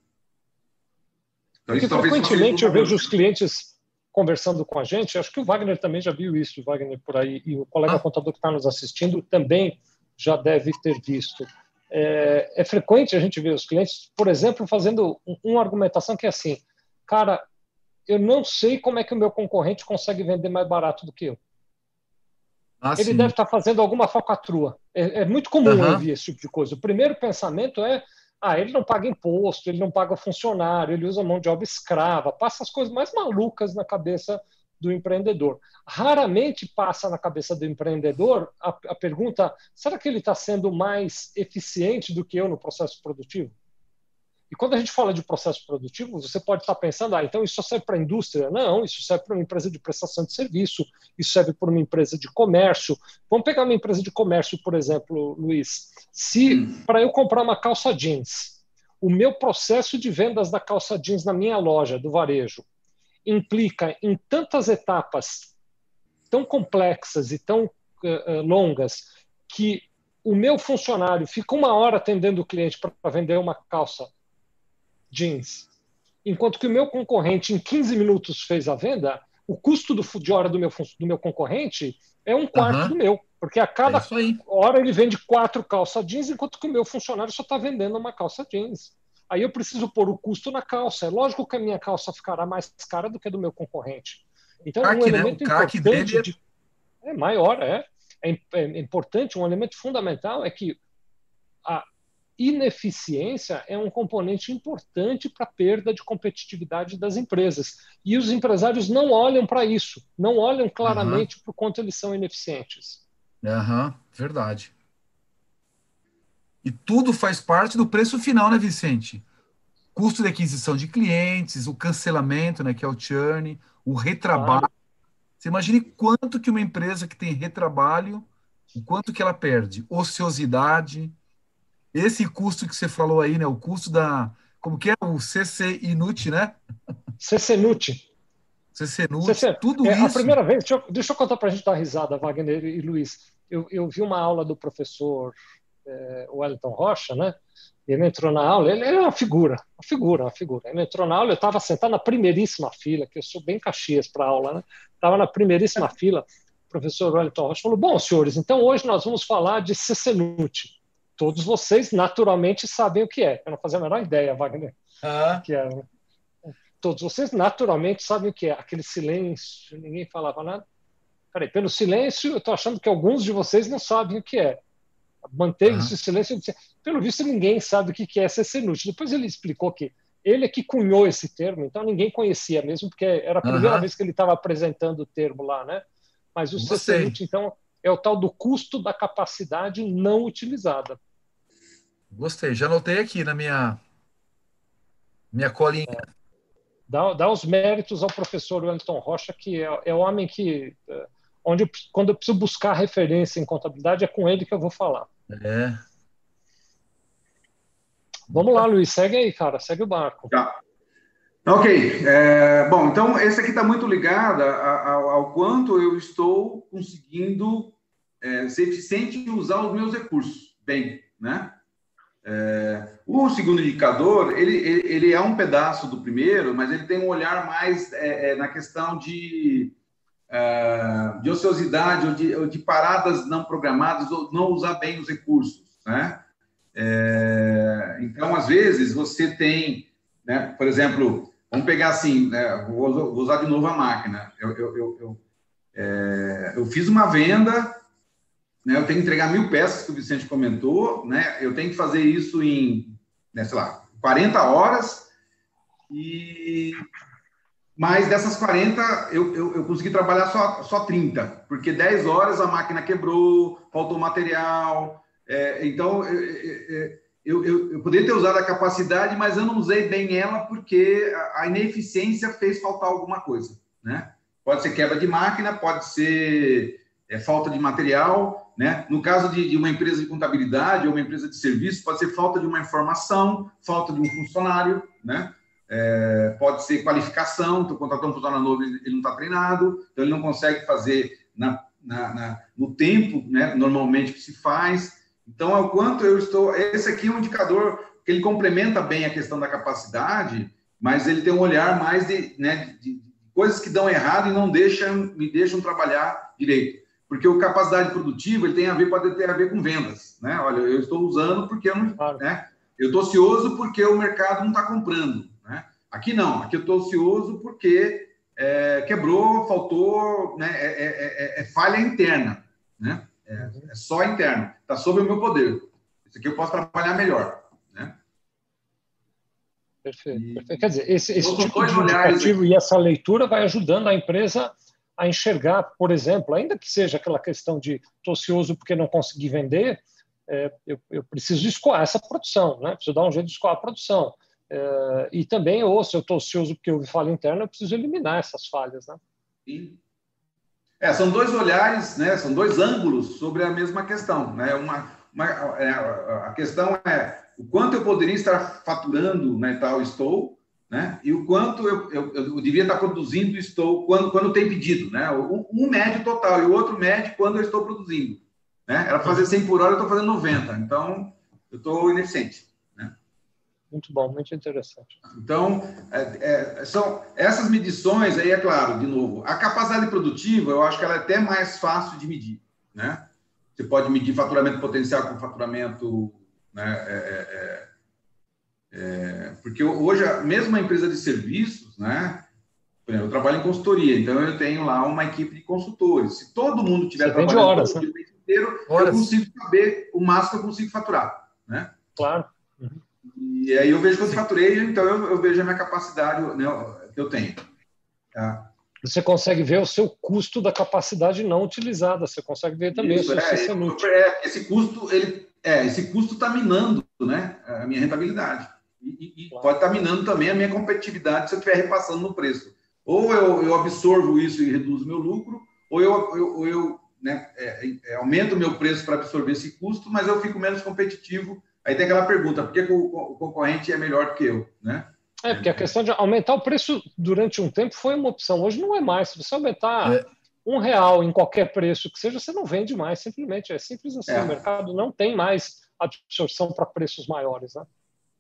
Então, isso talvez frequentemente eu vejo os clientes conversando com a gente, acho que o Wagner também já viu isso, o Wagner por aí, e o colega ah. contador que está nos assistindo também já deve ter visto. É, é frequente a gente ver os clientes, por exemplo, fazendo uma argumentação que é assim, cara, eu não sei como é que o meu concorrente consegue vender mais barato do que eu. Ah, ele sim. deve estar fazendo alguma falcatrua. É, é muito comum uhum. eu ouvir esse tipo de coisa. O primeiro pensamento é, ah, ele não paga imposto, ele não paga funcionário, ele usa mão de obra escrava, passa as coisas mais malucas na cabeça do empreendedor. Raramente passa na cabeça do empreendedor a, a pergunta, será que ele está sendo mais eficiente do que eu no processo produtivo? E quando a gente fala de processo produtivo, você pode estar pensando, ah, então isso só serve para a indústria. Não, isso serve para uma empresa de prestação de serviço, isso serve para uma empresa de comércio. Vamos pegar uma empresa de comércio, por exemplo, Luiz. Se, para eu comprar uma calça jeans, o meu processo de vendas da calça jeans na minha loja, do varejo, implica em tantas etapas tão complexas e tão uh, longas que o meu funcionário fica uma hora atendendo o cliente para vender uma calça jeans, enquanto que o meu concorrente em quinze minutos fez a venda, o custo do, de hora do meu, do meu concorrente é um quarto uhum. do meu, porque a cada é hora ele vende quatro calças jeans, enquanto que o meu funcionário só está vendendo uma calça jeans. Aí eu preciso pôr o custo na calça. É lógico que a minha calça ficará mais cara do que a do meu concorrente. Então, um elemento né? importante de... é maior, é. é. É importante, um elemento fundamental é que a ineficiência é um componente importante para a perda de competitividade das empresas. E os empresários não olham para isso, não olham claramente uhum. para o quanto eles são ineficientes. Aham, uhum, verdade. E tudo faz parte do preço final, né, Vicente? Custo de aquisição de clientes, o cancelamento, né, que é o churn, o retrabalho. Claro. Você imagine quanto que uma empresa que tem retrabalho, o quanto que ela perde. Ociosidade, esse custo que você falou aí, né, o custo da... Como que é? O C C inútil, né? C C inútil. C C inútil, tudo é, isso. A primeira vez, deixa eu, deixa eu contar para a gente dar risada, Wagner e Luiz. Eu, eu vi uma aula do professor é, Wellington Rocha, né? Ele entrou na aula, ele é uma figura, uma figura, uma figura. Ele entrou na aula, eu estava sentado na primeiríssima fila, que eu sou bem Caxias para a aula, né? Estava na primeiríssima fila, o professor Wellington Rocha falou, bom, senhores, então hoje nós vamos falar de C C inútil. Todos vocês naturalmente sabem o que é. Eu não fazia a menor ideia, Wagner, ah. que é. Todos vocês naturalmente sabem o que é. Aquele silêncio, ninguém falava nada. Peraí, pelo silêncio, eu estou achando que alguns de vocês não sabem o que é. Manteve ah. esse silêncio. Eu disse, pelo visto, ninguém sabe o que é C C inútil. Depois ele explicou que ele é que cunhou esse termo, então ninguém conhecia mesmo, porque era a primeira uh-huh. vez que ele estava apresentando o termo lá, né? Mas o C C inútil, então, é o tal do custo da capacidade não utilizada. Gostei, já anotei aqui na minha, minha colinha. É. Dá, dá os méritos ao professor Wellington Rocha, que é, é o homem que, onde eu, quando eu preciso buscar referência em contabilidade, é com ele que eu vou falar. É. Vamos lá, Luiz, segue aí, cara, segue o barco. Tá. Ok, é, bom, então esse aqui está muito ligado ao, ao quanto eu estou conseguindo é, ser eficiente em usar os meus recursos bem, né? É, o segundo indicador, ele, ele, ele é um pedaço do primeiro, mas ele tem um olhar mais é, é, na questão de uh, de ociosidade ou de, ou de paradas não programadas ou não usar bem os recursos, né? É, então, às vezes, você tem, né, por exemplo, vamos pegar assim, né, vou, vou usar de novo a máquina. Eu, eu, eu, eu, é, eu fiz uma venda, né, eu tenho que entregar mil peças, que o Vicente comentou, né, eu tenho que fazer isso em, né, sei lá, quarenta horas, e mas dessas quarenta, eu, eu, eu consegui trabalhar só, só trinta, porque dez horas a máquina quebrou, faltou material. É, então, eu, eu, eu poderia ter usado a capacidade, mas eu não usei bem ela porque a ineficiência fez faltar alguma coisa, né? Pode ser quebra de máquina, pode ser é, falta de material, né? No caso de, de uma empresa de contabilidade ou uma empresa de serviço, pode ser falta de uma informação, falta de um funcionário, né? É, pode ser qualificação, estou contratando um funcionário novo, ele não está treinado, então ele não consegue fazer na, na, na, no tempo, né, normalmente que se faz. Então, é o quanto eu estou... Esse aqui é um indicador que ele complementa bem a questão da capacidade, mas ele tem um olhar mais de, né, de, de coisas que dão errado e não deixam, me deixam trabalhar direito. Porque o capacidade produtiva ele tem a ver, pode ter a ver com vendas, né? Olha, eu estou usando porque eu não... Né, eu estou ocioso porque o mercado não está comprando, né? Aqui não, aqui eu estou ocioso porque é, quebrou, faltou, né, é, é, é, é falha interna, né? É, é só interno, está sob o meu poder. Isso aqui eu posso trabalhar melhor, né? Perfeito, e... perfeito. Quer dizer, esse, esse tipo de olhares... indicativo e essa leitura vai ajudando a empresa a enxergar, por exemplo, ainda que seja aquela questão de estou ocioso porque não consegui vender, é, eu, eu preciso escoar essa produção, né? Preciso dar um jeito de escoar a produção. É, e também, ou se eu estou ocioso porque houve falha interna, eu preciso eliminar essas falhas, né? Sim. É, são dois olhares, né? São dois ângulos sobre a mesma questão, né? Uma, uma, é, a questão é o quanto eu poderia estar faturando, né, tal, estou, né? E o quanto eu, eu, eu devia estar produzindo, estou, quando, quando tem pedido, né? Um, um mede total e o outro mede quando eu estou produzindo, né? Era fazer cem por hora, eu estou fazendo noventa, então eu estou ineficiente. Muito bom, muito interessante. Então, é, é, são essas medições, aí é claro, de novo, a capacidade produtiva, eu acho que ela é até mais fácil de medir, né? Você pode medir faturamento potencial com faturamento, né? É, é, é, porque hoje, mesmo a empresa de serviços, né? Por exemplo, eu trabalho em consultoria, então eu tenho lá uma equipe de consultores. Se todo mundo tiver Você trabalhando horas, todo né? o dia inteiro, horas. eu consigo saber o máximo que eu consigo faturar, né? Claro. Uhum. E aí eu vejo quanto faturei, então eu, eu vejo a minha capacidade, né, que eu tenho. Tá? Você consegue ver o seu custo da capacidade não utilizada, você consegue ver também Isso, o seu é, C C N U T. é, esse custo, ele, é, esse custo está minando, né, a minha rentabilidade. E, e claro. Pode estar tá minando também a minha competitividade se eu estiver repassando no preço. Ou eu, eu absorvo isso e reduzo meu lucro, ou eu, eu, eu né, é, é, aumento o meu preço para absorver esse custo, mas eu fico menos competitivo. Aí tem aquela pergunta, por que o concorrente é melhor do que eu, né? É, porque a questão de aumentar o preço durante um tempo foi uma opção. Hoje não é mais. Se você aumentar é. um real em qualquer preço que seja, você não vende mais, simplesmente. É simples assim. É. O mercado não tem mais absorção para preços maiores, né?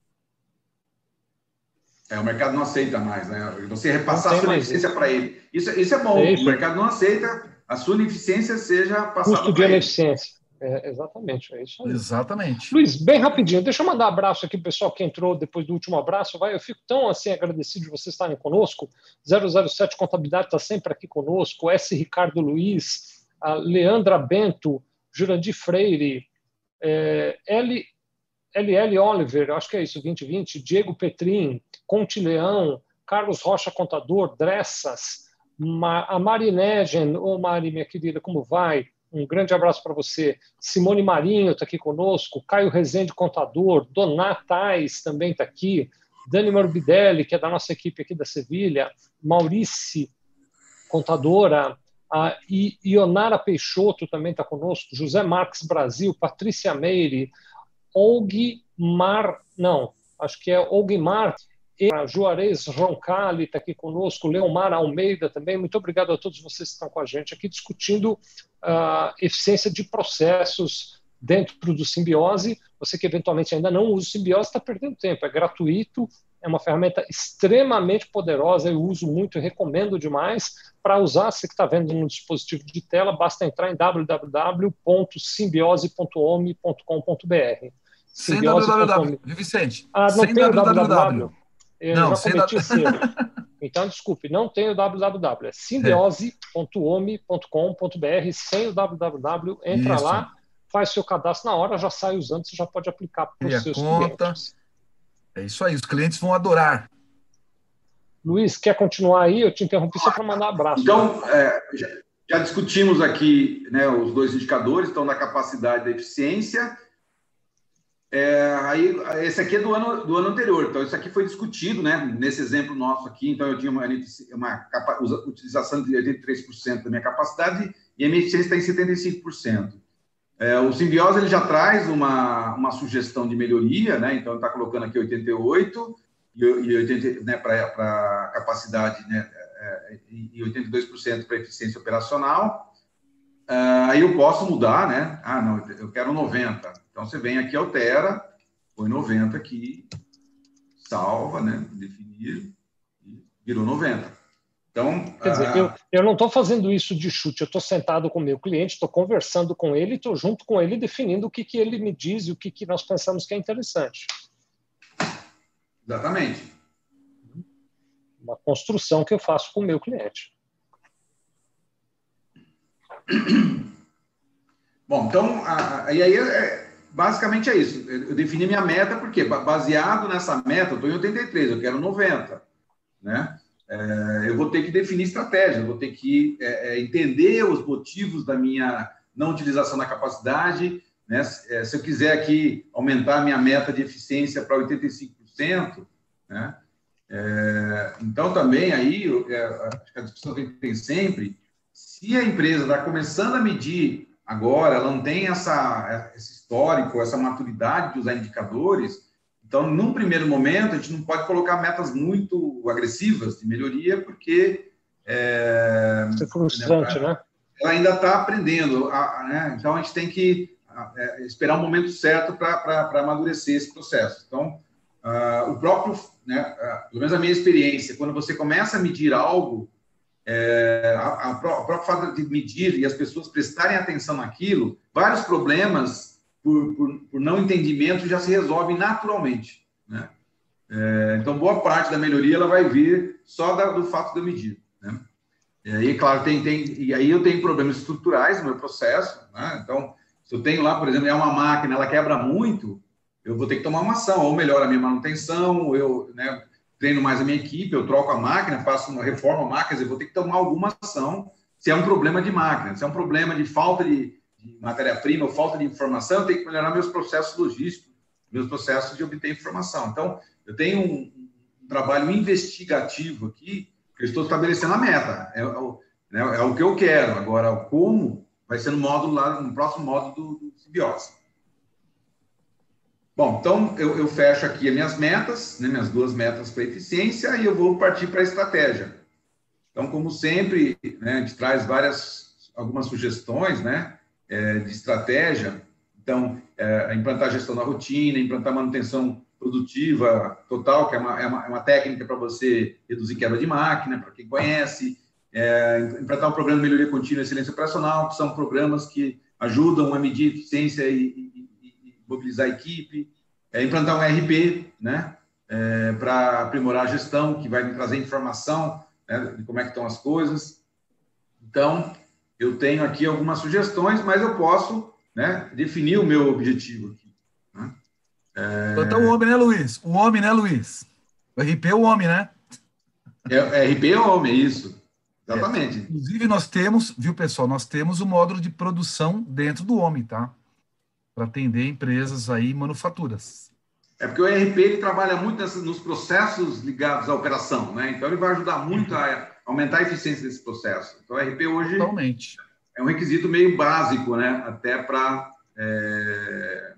É, o mercado não aceita mais, né? Você repassar a sua ineficiência para ele. Isso, isso é bom. É isso. O mercado não aceita a sua ineficiência seja passada para ele. Custo de ineficiência. É, exatamente, é isso aí. Exatamente. Luiz, bem rapidinho, deixa eu mandar um abraço aqui para o pessoal que entrou depois do último abraço. Vai, eu fico tão assim agradecido de vocês estarem conosco. zero zero sete Contabilidade está sempre aqui conosco. S. Ricardo Luiz, a Leandra Bento, Jurandir Freire, é, L. L L Oliver, acho que é isso, vinte vinte, Diego Petrin, Conte Leão, Carlos Rocha Contador, Dressas, Ma, a Marinegen, ô Mari, minha querida, como vai? Um grande abraço para você. Simone Marinho está aqui conosco, Caio Rezende, contador, Donatais também está aqui, Dani Morbidelli, que é da nossa equipe aqui da Sevilha, Maurice, contadora, a Ionara Peixoto também está conosco, José Marques Brasil, Patrícia Meire, Olguimar, não, acho que é Olguimar, Juarez Roncalli está aqui conosco, Leomar Almeida também. Muito obrigado a todos vocês que estão com a gente aqui discutindo a uh, eficiência de processos dentro do Simbiose. Você que eventualmente ainda não usa o Simbiose está perdendo tempo, é gratuito, é é uma ferramenta extremamente poderosa, eu uso muito e recomendo demais. Para usar, você que está vendo no dispositivo de tela, basta entrar em w w w ponto simbiose ponto home ponto com ponto b r. Sem simbiose ponto home. www, viu, Vicente? Ah, não Sem tem o www. www? Eu Não, já sem cometi da... esse erro. Então, desculpe, não tem o www. É simbiose ponto home ponto com ponto b r, sem o www. Entra Isso. lá, faz seu cadastro na hora, já sai usando, você já pode aplicar para os Cria seus conta. clientes. É isso aí, os clientes vão adorar. Luiz, quer continuar aí? Eu te interrompi só para mandar abraço. Então, é, já, já discutimos aqui, né, os dois indicadores, então, da capacidade e da eficiência. É, aí, esse aqui é do ano, do ano anterior, então isso aqui foi discutido, né, nesse exemplo nosso aqui, então eu tinha uma, uma capa, utilização de oitenta e três por cento da minha capacidade e a minha eficiência está em setenta e cinco por cento. É, o Simbiose ele já traz uma, uma sugestão de melhoria, né, então ele está colocando aqui oitenta e oito e, e oitenta, né, para capacidade, né, e oitenta e dois por cento para eficiência operacional. Uh, aí eu posso mudar, né? Ah, não, eu quero noventa. Então, você vem aqui, altera, põe noventa aqui, salva, né? Definir, e virou noventa. Então, Quer dizer, uh... eu, eu não estou fazendo isso de chute, eu estou sentado com o meu cliente, estou conversando com ele, estou junto com ele definindo o que, que ele me diz e o que, que nós pensamos que é interessante. Exatamente. Uma construção que eu faço com o meu cliente. Bom, então, a, a, e aí, é, basicamente é isso. Eu defini minha meta, porque baseado nessa meta, eu estou em oitenta e três, eu quero noventa, né? É, eu vou ter que definir estratégia, eu vou ter que é, é, entender os motivos da minha não utilização da capacidade, né? É, se eu quiser aqui aumentar a minha meta de eficiência para oitenta e cinco por cento, né? É, então, também aí, é, acho que a discussão que a gente tem sempre, se a empresa está começando a medir agora, ela não tem essa, esse histórico, essa maturidade de usar indicadores, então, num primeiro momento, a gente não pode colocar metas muito agressivas de melhoria, porque... É, Isso é frustrante, né? Ela ainda está aprendendo, a, a, né? Então, a gente tem que a, é, esperar o momento certo para amadurecer esse processo. Então, uh, o próprio, né, uh, pelo menos a minha experiência, quando você começa a medir algo, É, a, a, a própria fato de medir e as pessoas prestarem atenção naquilo, vários problemas por, por, por não entendimento já se resolvem naturalmente, né? É, então, boa parte da melhoria ela vai vir só da, do fato de eu medir, né? E aí, claro, tem, tem, e aí eu tenho problemas estruturais no meu processo, né? Então, se eu tenho lá, por exemplo, é uma máquina, ela quebra muito, eu vou ter que tomar uma ação, ou melhora a minha manutenção, ou eu, né, treino mais a minha equipe, eu troco a máquina, faço uma reforma a máquina, eu vou ter que tomar alguma ação se é um problema de máquina, se é um problema de falta de, de matéria-prima ou falta de informação, eu tenho que melhorar meus processos logísticos, meus processos de obter informação. Então, eu tenho um, um trabalho investigativo aqui, que eu estou estabelecendo a meta, é, é, é o que eu quero. Agora, o como vai ser no módulo lá, no próximo módulo do, do Simbiose. Bom, então eu, eu fecho aqui as minhas metas, né, minhas duas metas para eficiência, e eu vou partir para a estratégia. Então, como sempre, né, a gente traz várias, algumas sugestões, né, é, de estratégia. Então, é, implantar a gestão da rotina, implantar manutenção produtiva total, que é uma, é uma, é uma técnica para você reduzir quebra de máquina, para quem conhece. É, implantar um programa de melhoria contínua e excelência operacional, que são programas que ajudam a medir eficiência e, e mobilizar a equipe, é, implantar um R P, né, é, para aprimorar a gestão, que vai me trazer informação, né, de como é que estão as coisas. Então, eu tenho aqui algumas sugestões, mas eu posso, né, definir o meu objetivo aqui, né? É... Então, o homem, né, Luiz? O homem, né, Luiz? O R P é o homem, né? É, R P é o homem, é isso. Exatamente. É. Inclusive, nós temos, viu, pessoal, nós temos o módulo de produção dentro do homem, tá? Para atender empresas aí, manufaturas. É porque o R P ele trabalha muito nessa, nos processos ligados à operação, né? Então ele vai ajudar muito a aumentar a eficiência desse processo. Então o R P hoje Totalmente. É um requisito meio básico, né? Até para é,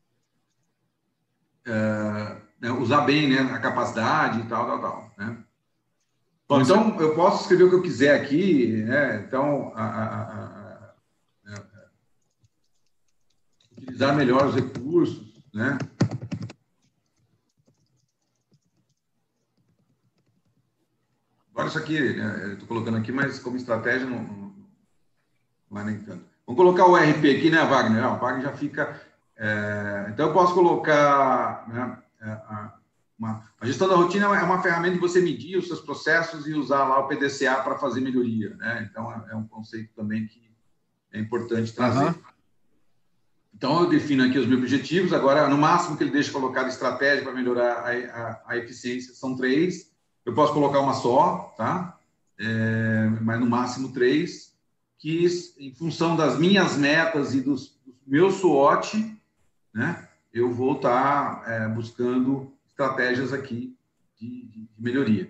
é, usar bem, né, a capacidade e tal, tal, tal, né? Bom, então eu posso escrever o que eu quiser aqui, né? Então a, a, a, a, utilizar melhor os recursos, né? isso aqui, eu estou colocando aqui, mas como estratégia não, não, não é nem tanto. Vamos colocar o R P aqui, né, Wagner? Ah, o Wagner já fica... É, então, eu posso colocar... Né, a, uma, a gestão da rotina é uma ferramenta de você medir os seus processos e usar lá o P D C A para fazer melhoria, né? Então, é, é um conceito também que é importante trazer. Uhum. Então, eu defino aqui os meus objetivos. Agora, no máximo que ele deixa colocado estratégia para melhorar a, a, a eficiência são três. Eu posso colocar uma só, tá? É, mas no máximo três, que em função das minhas metas e dos, do meu SWOT, né, eu vou estar é, buscando estratégias aqui de, de, de melhoria.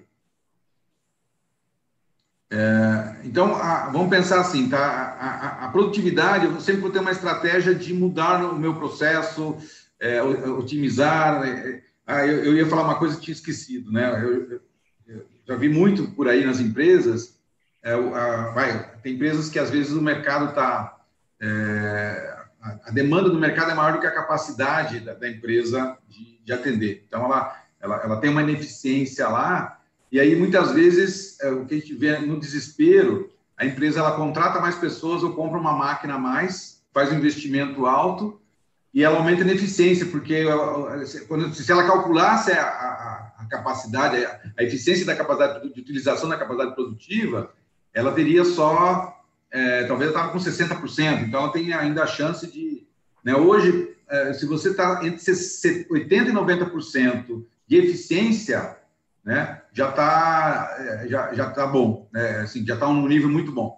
É, então, a, vamos pensar assim, tá? A, a, a produtividade, eu sempre vou ter uma estratégia de mudar o meu processo, é, otimizar. É, ah, eu, eu ia falar uma coisa que tinha esquecido, né? Eu, eu, eu já vi muito por aí nas empresas. É, a, vai, tem empresas que às vezes o mercado está... É, a, a demanda do mercado é maior do que a capacidade da, da empresa de, de atender. Então, ela, ela, ela tem uma ineficiência lá. E aí, muitas vezes, é, o que a gente vê no desespero, a empresa ela contrata mais pessoas ou compra uma máquina a mais, faz um investimento alto e ela aumenta a ineficiência, porque quando, se ela calculasse a, a, a capacidade, a, a eficiência da capacidade de utilização da capacidade produtiva, ela teria só, é, talvez ela estava com sessenta por cento, então ela tem ainda a chance de... Né, hoje, é, se você está entre oitenta por cento e noventa por cento de eficiência... Né, já está já, já tá bom, né, assim, já está num nível muito bom.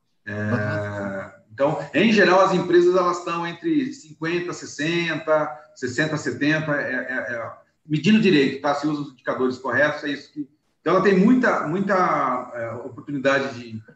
É, então, em geral, as empresas elas estão entre cinquenta, sessenta, sessenta, setenta, é, é, é, medindo direito, tá? Se usa os indicadores corretos, é isso que... Então, ela tem muita, muita é, oportunidade de, de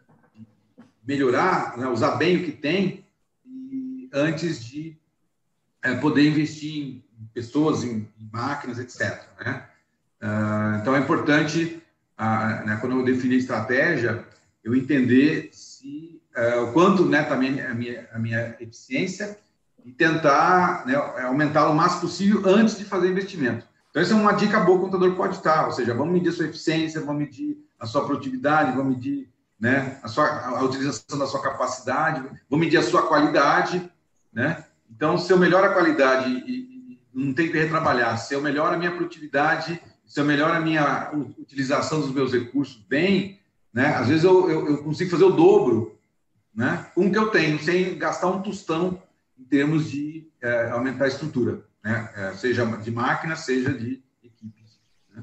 melhorar, né, usar bem o que tem, e, antes de é, poder investir em pessoas, em, em máquinas, etcétera, né? Uh, então, é importante, uh, né, quando eu definir estratégia, eu entender se, uh, o quanto né, também a minha, a minha eficiência e tentar né, aumentar o máximo possível antes de fazer investimento. Então, essa é uma dica boa que o contador pode estar, ou seja, vamos medir a sua eficiência, vamos medir a sua produtividade, vamos medir né, a, sua, a utilização da sua capacidade, vamos medir a sua qualidade. Né? Então, se eu melhoro a qualidade e, e não tem que retrabalhar, se eu melhoro a minha produtividade... se eu melhoro a minha utilização dos meus recursos bem, né, às vezes eu, eu, eu consigo fazer o dobro né, com o que eu tenho, sem gastar um tostão em termos de é, aumentar a estrutura, né, é, seja de máquina, seja de equipes. Né.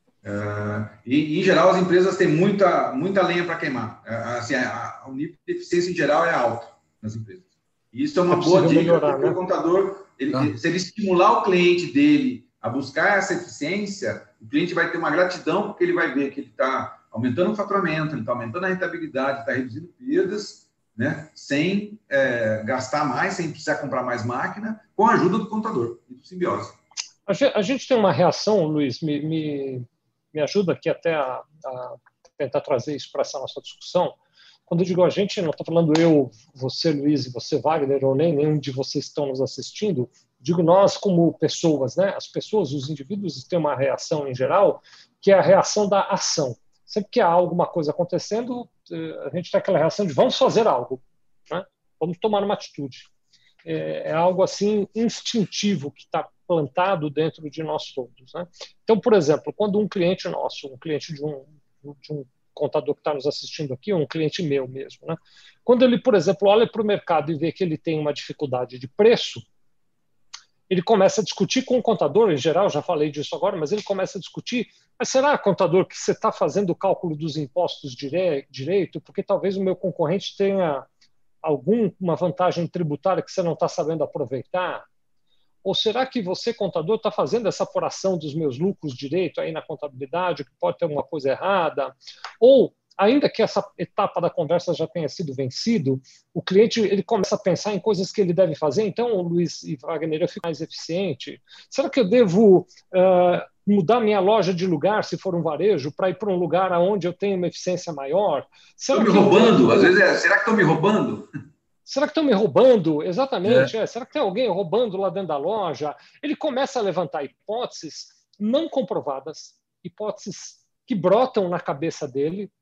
É, e, em geral, as empresas têm muita, muita lenha para queimar. É, assim, a, a, o nível de eficiência, em geral, é alto nas empresas. E isso é uma é boa dica, melhorar, porque né? o contador, ele, ah. se ele estimular o cliente dele a buscar essa eficiência, o cliente vai ter uma gratidão, porque ele vai ver que ele está aumentando o faturamento, ele está aumentando a rentabilidade, está reduzindo perdas, né, sem é, gastar mais, sem precisar comprar mais máquina, com a ajuda do contador e do simbiose. A gente tem uma reação, Luiz, me, me, me ajuda aqui até a, a tentar trazer isso para essa nossa discussão. Quando eu digo a gente, não estou falando eu, você, Luiz, e você, Wagner, ou nem nenhum de vocês estão nos assistindo, digo nós como pessoas, né? As pessoas, os indivíduos têm uma reação em geral, que é a reação da ação. Sempre que há alguma coisa acontecendo, a gente tem aquela reação de vamos fazer algo, né? Vamos tomar uma atitude. É, é algo assim instintivo que está plantado dentro de nós todos, né? Então, por exemplo, quando um cliente nosso, um cliente de um, de um contador que está nos assistindo aqui, um cliente meu mesmo, né? Quando ele, por exemplo, olha para o mercado e vê que ele tem uma dificuldade de preço, ele começa a discutir com o contador, em geral, já falei disso agora, mas ele começa a discutir, mas será, contador, que você está fazendo o cálculo dos impostos dire direito? Porque talvez o meu concorrente tenha alguma vantagem tributária que você não está sabendo aproveitar? Ou será que você, contador, está fazendo essa apuração dos meus lucros direito aí na contabilidade, que pode ter alguma coisa errada? Ou, ainda que essa etapa da conversa já tenha sido vencido, o cliente ele começa a pensar em coisas que ele deve fazer. Então, Luiz e Wagner, eu fico mais eficiente. Será que eu devo uh, mudar minha loja de lugar, se for um varejo, para ir para um lugar onde eu tenho uma eficiência maior? Estão me roubando? Eu... Às vezes é, será que estão me roubando? Será que estão me roubando? Exatamente. É. É. Será que tem alguém roubando lá dentro da loja? Ele começa a levantar hipóteses não comprovadas, hipóteses que brotam na cabeça dele,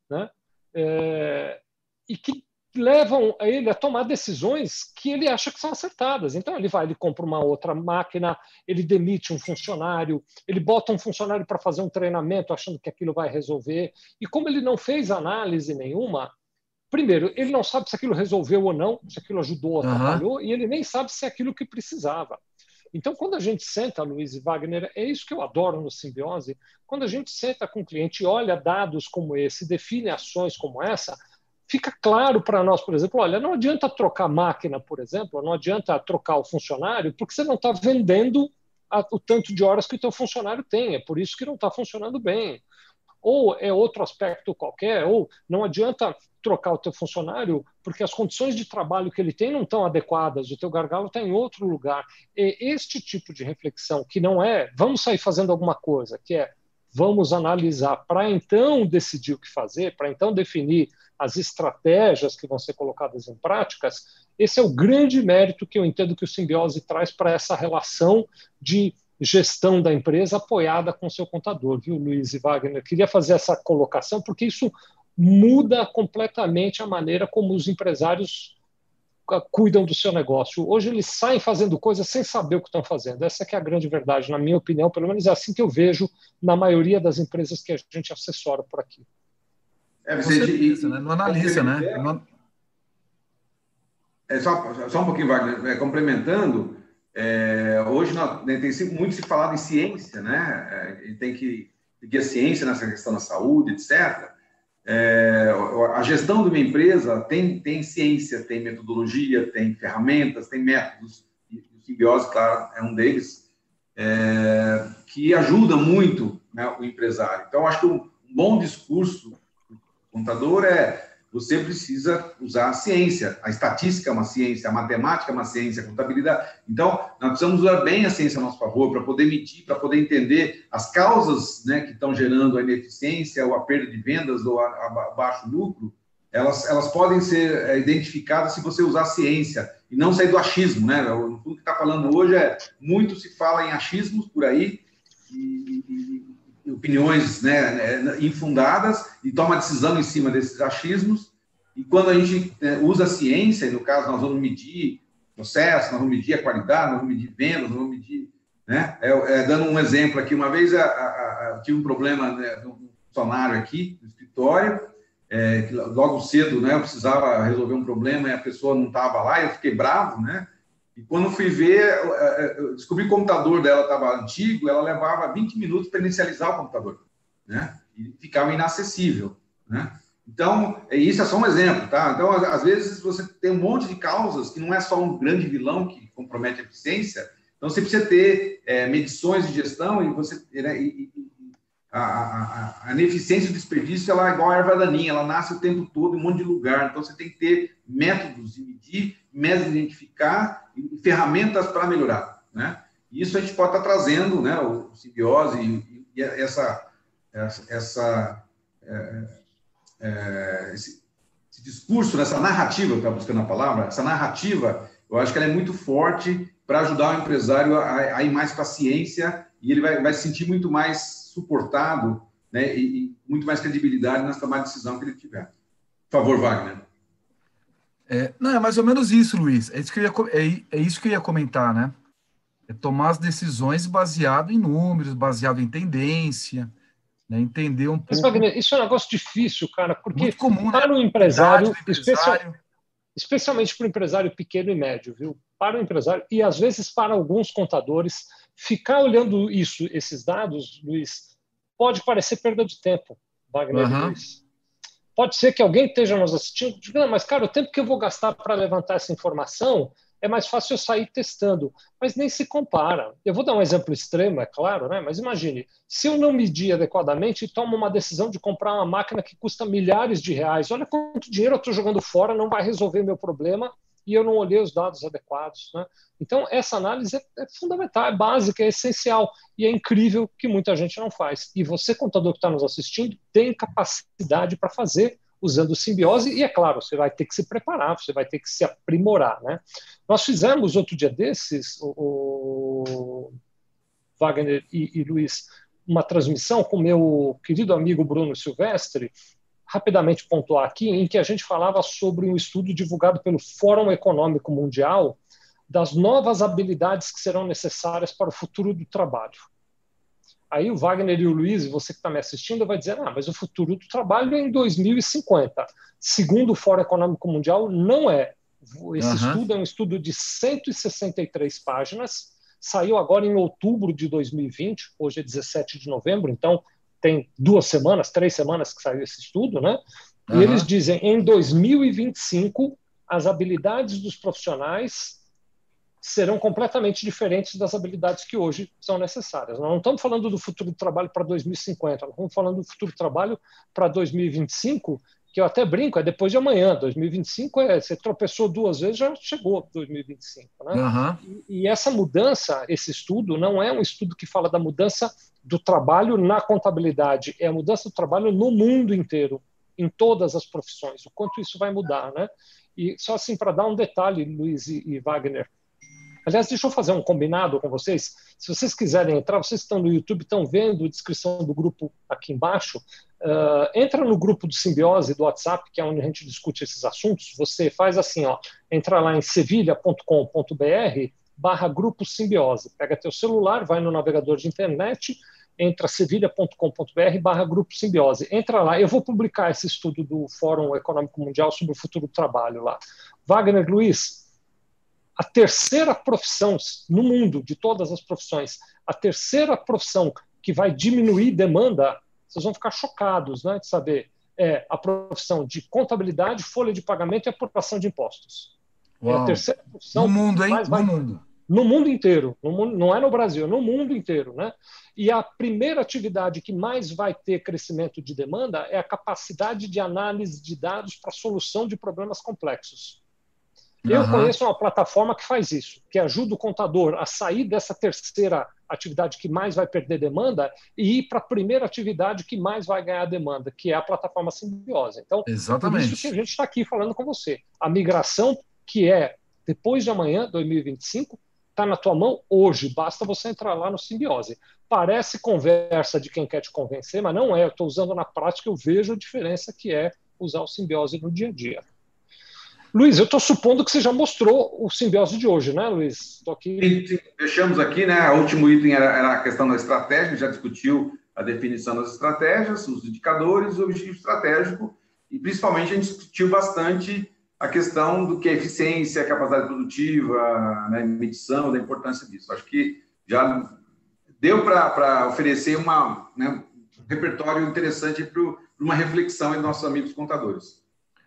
né? É, e que levam ele a tomar decisões que ele acha que são acertadas. Então, ele vai, ele compra uma outra máquina, ele demite um funcionário, ele bota um funcionário para fazer um treinamento achando que aquilo vai resolver. E como ele não fez análise nenhuma, primeiro, ele não sabe se aquilo resolveu ou não, se aquilo ajudou ou atrapalhou, uhum. e ele nem sabe se é aquilo que precisava. Então, quando a gente senta, Luiz e Wagner, é isso que eu adoro no Simbiose, quando a gente senta com o cliente e olha dados como esse, define ações como essa, fica claro para nós, por exemplo, olha, não adianta trocar máquina, por exemplo, não adianta trocar o funcionário, porque você não está vendendo a, o tanto de horas que o teu funcionário tem, é por isso que não está funcionando bem. Ou é outro aspecto qualquer, ou não adianta trocar o teu funcionário porque as condições de trabalho que ele tem não estão adequadas, o teu gargalo está em outro lugar. E este tipo de reflexão, que não é vamos sair fazendo alguma coisa, que é vamos analisar para então decidir o que fazer, para então definir as estratégias que vão ser colocadas em práticas, esse é o grande mérito que eu entendo que o Simbiose traz para essa relação de gestão da empresa apoiada com o seu contador, viu, Luiz e Wagner? Eu queria fazer essa colocação porque isso muda completamente a maneira como os empresários cuidam do seu negócio. Hoje eles saem fazendo coisas sem saber o que estão fazendo. Essa que é a grande verdade, na minha opinião, pelo menos é assim que eu vejo na maioria das empresas que a gente assessora por aqui. É, você certeza, né? Não analisa, né? Não... É, só, só um pouquinho, Wagner, é, complementando, é, hoje nós, né, tem muito se falado em ciência, né? É, tem que seguir a ciência nessa questão da saúde, etcétera. É, a gestão de uma empresa tem, tem ciência, tem metodologia, tem ferramentas, tem métodos, e o Simbiose, claro, é um deles, é, que ajuda muito, né, o empresário. Então, acho que um bom discurso do contador é você precisa usar a ciência, a estatística é uma ciência, a matemática é uma ciência, a contabilidade. Então, nós precisamos usar bem a ciência a nosso favor para poder medir, para poder entender as causas, né, que estão gerando a ineficiência ou a perda de vendas ou a, a baixo lucro. Elas, elas podem ser é, identificadas se você usar a ciência e não sair do achismo, né? O tudo que está falando hoje é muito se fala em achismos por aí e, e opiniões, né, infundadas e toma decisão em cima desses achismos. E quando a gente né, usa a ciência, e no caso nós vamos medir processo, nós vamos medir a qualidade, nós vamos medir vendas, nós vamos medir... Né, é, é, dando um exemplo aqui, uma vez a, a, a, tive um problema né, de um funcionário aqui no escritório, é, que logo cedo né, eu precisava resolver um problema e a pessoa não estava lá, e eu fiquei bravo, né? E quando fui ver, eu descobri que o computador dela estava antigo, ela levava vinte minutos para inicializar o computador, né? E ficava inacessível, né? Então, isso é só um exemplo, tá? Então, às vezes, você tem um monte de causas que não é só um grande vilão que compromete a eficiência, então você precisa ter é, medições de gestão e você... Né, e, e, a, a, a ineficiência e o desperdício, ela é igual a erva daninha, ela nasce o tempo todo em um monte de lugar, então você tem que ter métodos de medir, métodos de identificar e ferramentas para melhorar, né? E isso a gente pode estar trazendo, né, o Simbiose e, e essa, essa, essa é, é, esse, esse discurso, essa narrativa, eu estava buscando a palavra, essa narrativa, eu acho que ela é muito forte para ajudar o empresário a, a ir mais para a ciência e ele vai, vai se sentir muito mais suportado, né, e, e muito mais credibilidade nas tomadas de decisão que ele tiver. Por favor, Wagner. É, não, é mais ou menos isso, Luiz. É isso que eu ia, é, é isso que eu ia comentar, né? É tomar as decisões baseado em números, baseado em tendência, né? Entender um pouco... Mas, Wagner, isso é um negócio difícil, cara, porque muito comum, para né? o empresário, empresário. especial, especialmente para o empresário pequeno e médio, viu? Para o empresário, e às vezes para alguns contadores, ficar olhando isso, esses dados, Luiz, pode parecer perda de tempo, Wagner Uhum. e Luiz. Pode ser que alguém esteja nos assistindo e diga, mas, cara, o tempo que eu vou gastar para levantar essa informação é mais fácil eu sair testando. Mas nem se compara. Eu vou dar um exemplo extremo, é claro, né? Mas imagine, se eu não medir adequadamente e tomo uma decisão de comprar uma máquina que custa milhares de reais, olha quanto dinheiro eu estou jogando fora, não vai resolver meu problema e eu não olhei os dados adequados, né? Então, essa análise é, é fundamental, é básica, é essencial. E é incrível que muita gente não faz. E você, contador que está nos assistindo, tem capacidade para fazer usando o Simbiose. E, é claro, você vai ter que se preparar, você vai ter que se aprimorar, né? Nós fizemos, outro dia desses, o, o Wagner e, e Luiz, uma transmissão com o meu querido amigo Bruno Silvestre, rapidamente pontuar aqui, em que a gente falava sobre um estudo divulgado pelo Fórum Econômico Mundial das novas habilidades que serão necessárias para o futuro do trabalho. Aí o Wagner e o Luiz, você que está me assistindo, vai dizer, ah, mas o futuro do trabalho é em dois mil e cinquenta. Segundo o Fórum Econômico Mundial, não é. Esse uhum. estudo é um estudo de cento e sessenta e três páginas, saiu agora em outubro de dois mil e vinte, hoje é dezessete de novembro, então tem duas semanas, três semanas que saiu esse estudo, né? E uhum. eles dizem, em dois mil e vinte e cinco, as habilidades dos profissionais serão completamente diferentes das habilidades que hoje são necessárias. Nós não estamos falando do futuro do trabalho para dois mil e cinquenta, nós estamos falando do futuro do trabalho para dois mil e vinte e cinco, que eu até brinco, é depois de amanhã. dois mil e vinte e cinco, é, você tropeçou duas vezes, já chegou dois mil e vinte e cinco. Né? Uhum. E, e essa mudança, esse estudo, não é um estudo que fala da mudança do trabalho na contabilidade, é a mudança do trabalho no mundo inteiro, em todas as profissões, o quanto isso vai mudar. Né? E só assim, para dar um detalhe, Luiz e, e Wagner, aliás, deixa eu fazer um combinado com vocês. Se vocês quiserem entrar, vocês estão no YouTube, estão vendo a descrição do grupo aqui embaixo. Uh, entra no grupo do Simbiose, do WhatsApp, que é onde a gente discute esses assuntos. Você faz assim, ó, entra lá em sevilha ponto com ponto br barra grupo Simbiose. Pega teu celular, vai no navegador de internet, entra sevilha ponto com ponto br barra grupo Simbiose. Entra lá, eu vou publicar esse estudo do Fórum Econômico Mundial sobre o futuro do trabalho lá. Wagner, Luiz, a terceira profissão no mundo, de todas as profissões, a terceira profissão que vai diminuir demanda, vocês vão ficar chocados, né, de saber, é a profissão de contabilidade, folha de pagamento e apuração de impostos. Uau. É a terceira profissão. No mundo, hein? Mais vai... No mundo. No mundo inteiro. No mundo... Não é no Brasil, é no mundo inteiro. Né? E a primeira atividade que mais vai ter crescimento de demanda é a capacidade de análise de dados para solução de problemas complexos. Eu uhum. conheço uma plataforma que faz isso, que ajuda o contador a sair dessa terceira atividade que mais vai perder demanda e ir para a primeira atividade que mais vai ganhar demanda, que é a plataforma Simbiose. Então, exatamente. por isso que a gente está aqui falando com você. A migração, que é depois de amanhã, dois mil e vinte e cinco, está na tua mão hoje. Basta você entrar lá no Simbiose. Parece conversa de quem quer te convencer, mas não é. Eu estou usando na prática, eu vejo a diferença que é usar o Simbiose no dia a dia. Luiz, eu estou supondo que você já mostrou o Simbiose de hoje, né, Luiz? Estou aqui. Sim, sim. Deixamos aqui, né? O último item era, era a questão da estratégia, já discutiu a definição das estratégias, os indicadores, o objetivo estratégico, e principalmente a gente discutiu bastante a questão do que é eficiência, capacidade produtiva, né, medição, da importância disso. Acho que já deu para oferecer uma, né, um repertório interessante para uma reflexão entre nossos amigos contadores.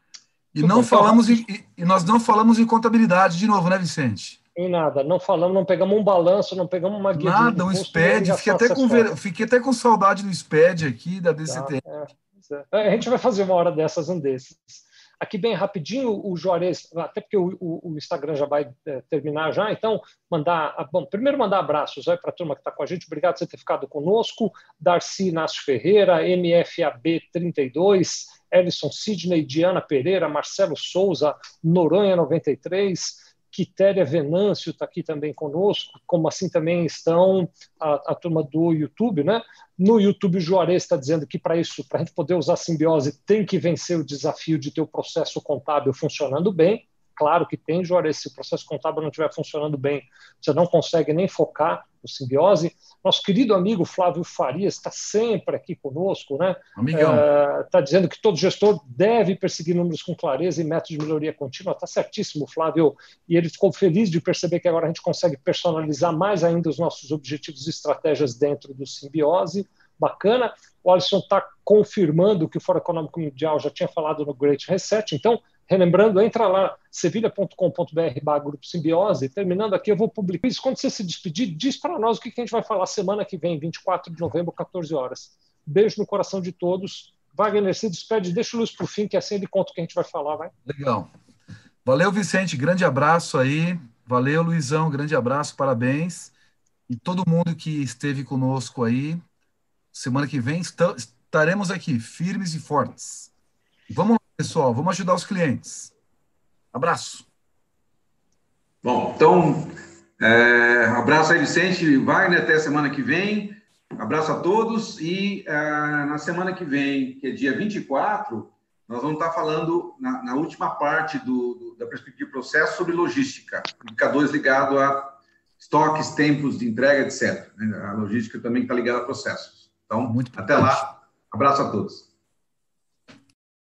E, não falamos em, e nós não falamos em contabilidade de novo, né, Vicente? Em nada. Não falamos, não pegamos um balanço, não pegamos uma guia nada, um S P E D. Fiquei até, com, fiquei até com saudade do S P E D aqui, da D C T. Tá, é. A gente vai fazer uma hora dessas, um desses. Aqui, bem rapidinho, o Juarez, até porque o, o, o Instagram já vai é, terminar já, então, mandar. Bom, primeiro, mandar abraços para a turma que está com a gente. Obrigado por você ter ficado conosco. Darcy Inácio Ferreira, M F A B trinta e dois, Ellison Sidney, Diana Pereira, Marcelo Souza, Noronha noventa e três, Quitéria Venâncio está aqui também conosco, como assim também estão a, a turma do YouTube, né? No YouTube, o Juarez está dizendo que para isso, para a gente poder usar a Simbiose, tem que vencer o desafio de ter o processo contábil funcionando bem. Claro que tem, Juarez, se o processo contábil não estiver funcionando bem, você não consegue nem focar no Simbiose. Nosso querido amigo Flávio Farias está sempre aqui conosco, né? Amigão. Está uh, dizendo que todo gestor deve perseguir números com clareza e métodos de melhoria contínua. Está certíssimo, Flávio. E ele ficou feliz de perceber que agora a gente consegue personalizar mais ainda os nossos objetivos e estratégias dentro do Simbiose. Bacana. O Alisson está confirmando que o Fórum Econômico Mundial já tinha falado no Great Reset. Então, relembrando, entra lá, sevilha ponto com ponto br barra grupo Simbiose. Terminando aqui, eu vou publicar isso. Quando você se despedir, diz para nós o que a gente vai falar semana que vem, vinte e quatro de novembro, quatorze horas. Beijo no coração de todos. Wagner, se despede, deixa o Luiz para o fim, que assim ele conta o que a gente vai falar. Vai. Legal. Valeu, Vicente. Grande abraço aí. Valeu, Luizão. Grande abraço, parabéns. E todo mundo que esteve conosco aí. Semana que vem estaremos aqui, firmes e fortes. Vamos lá, pessoal. Vamos ajudar os clientes. Abraço. Bom, então, é, abraço aí, Vicente, Wagner, até a semana que vem. Abraço a todos e é, na semana que vem, que é dia vinte e quatro, nós vamos estar falando na, na última parte do, do, da perspectiva de processo sobre logística, indicadores ligados a estoques, tempos de entrega, etcétera. A logística também está ligada a processos. Então, Muito até lá. Abraço a todos.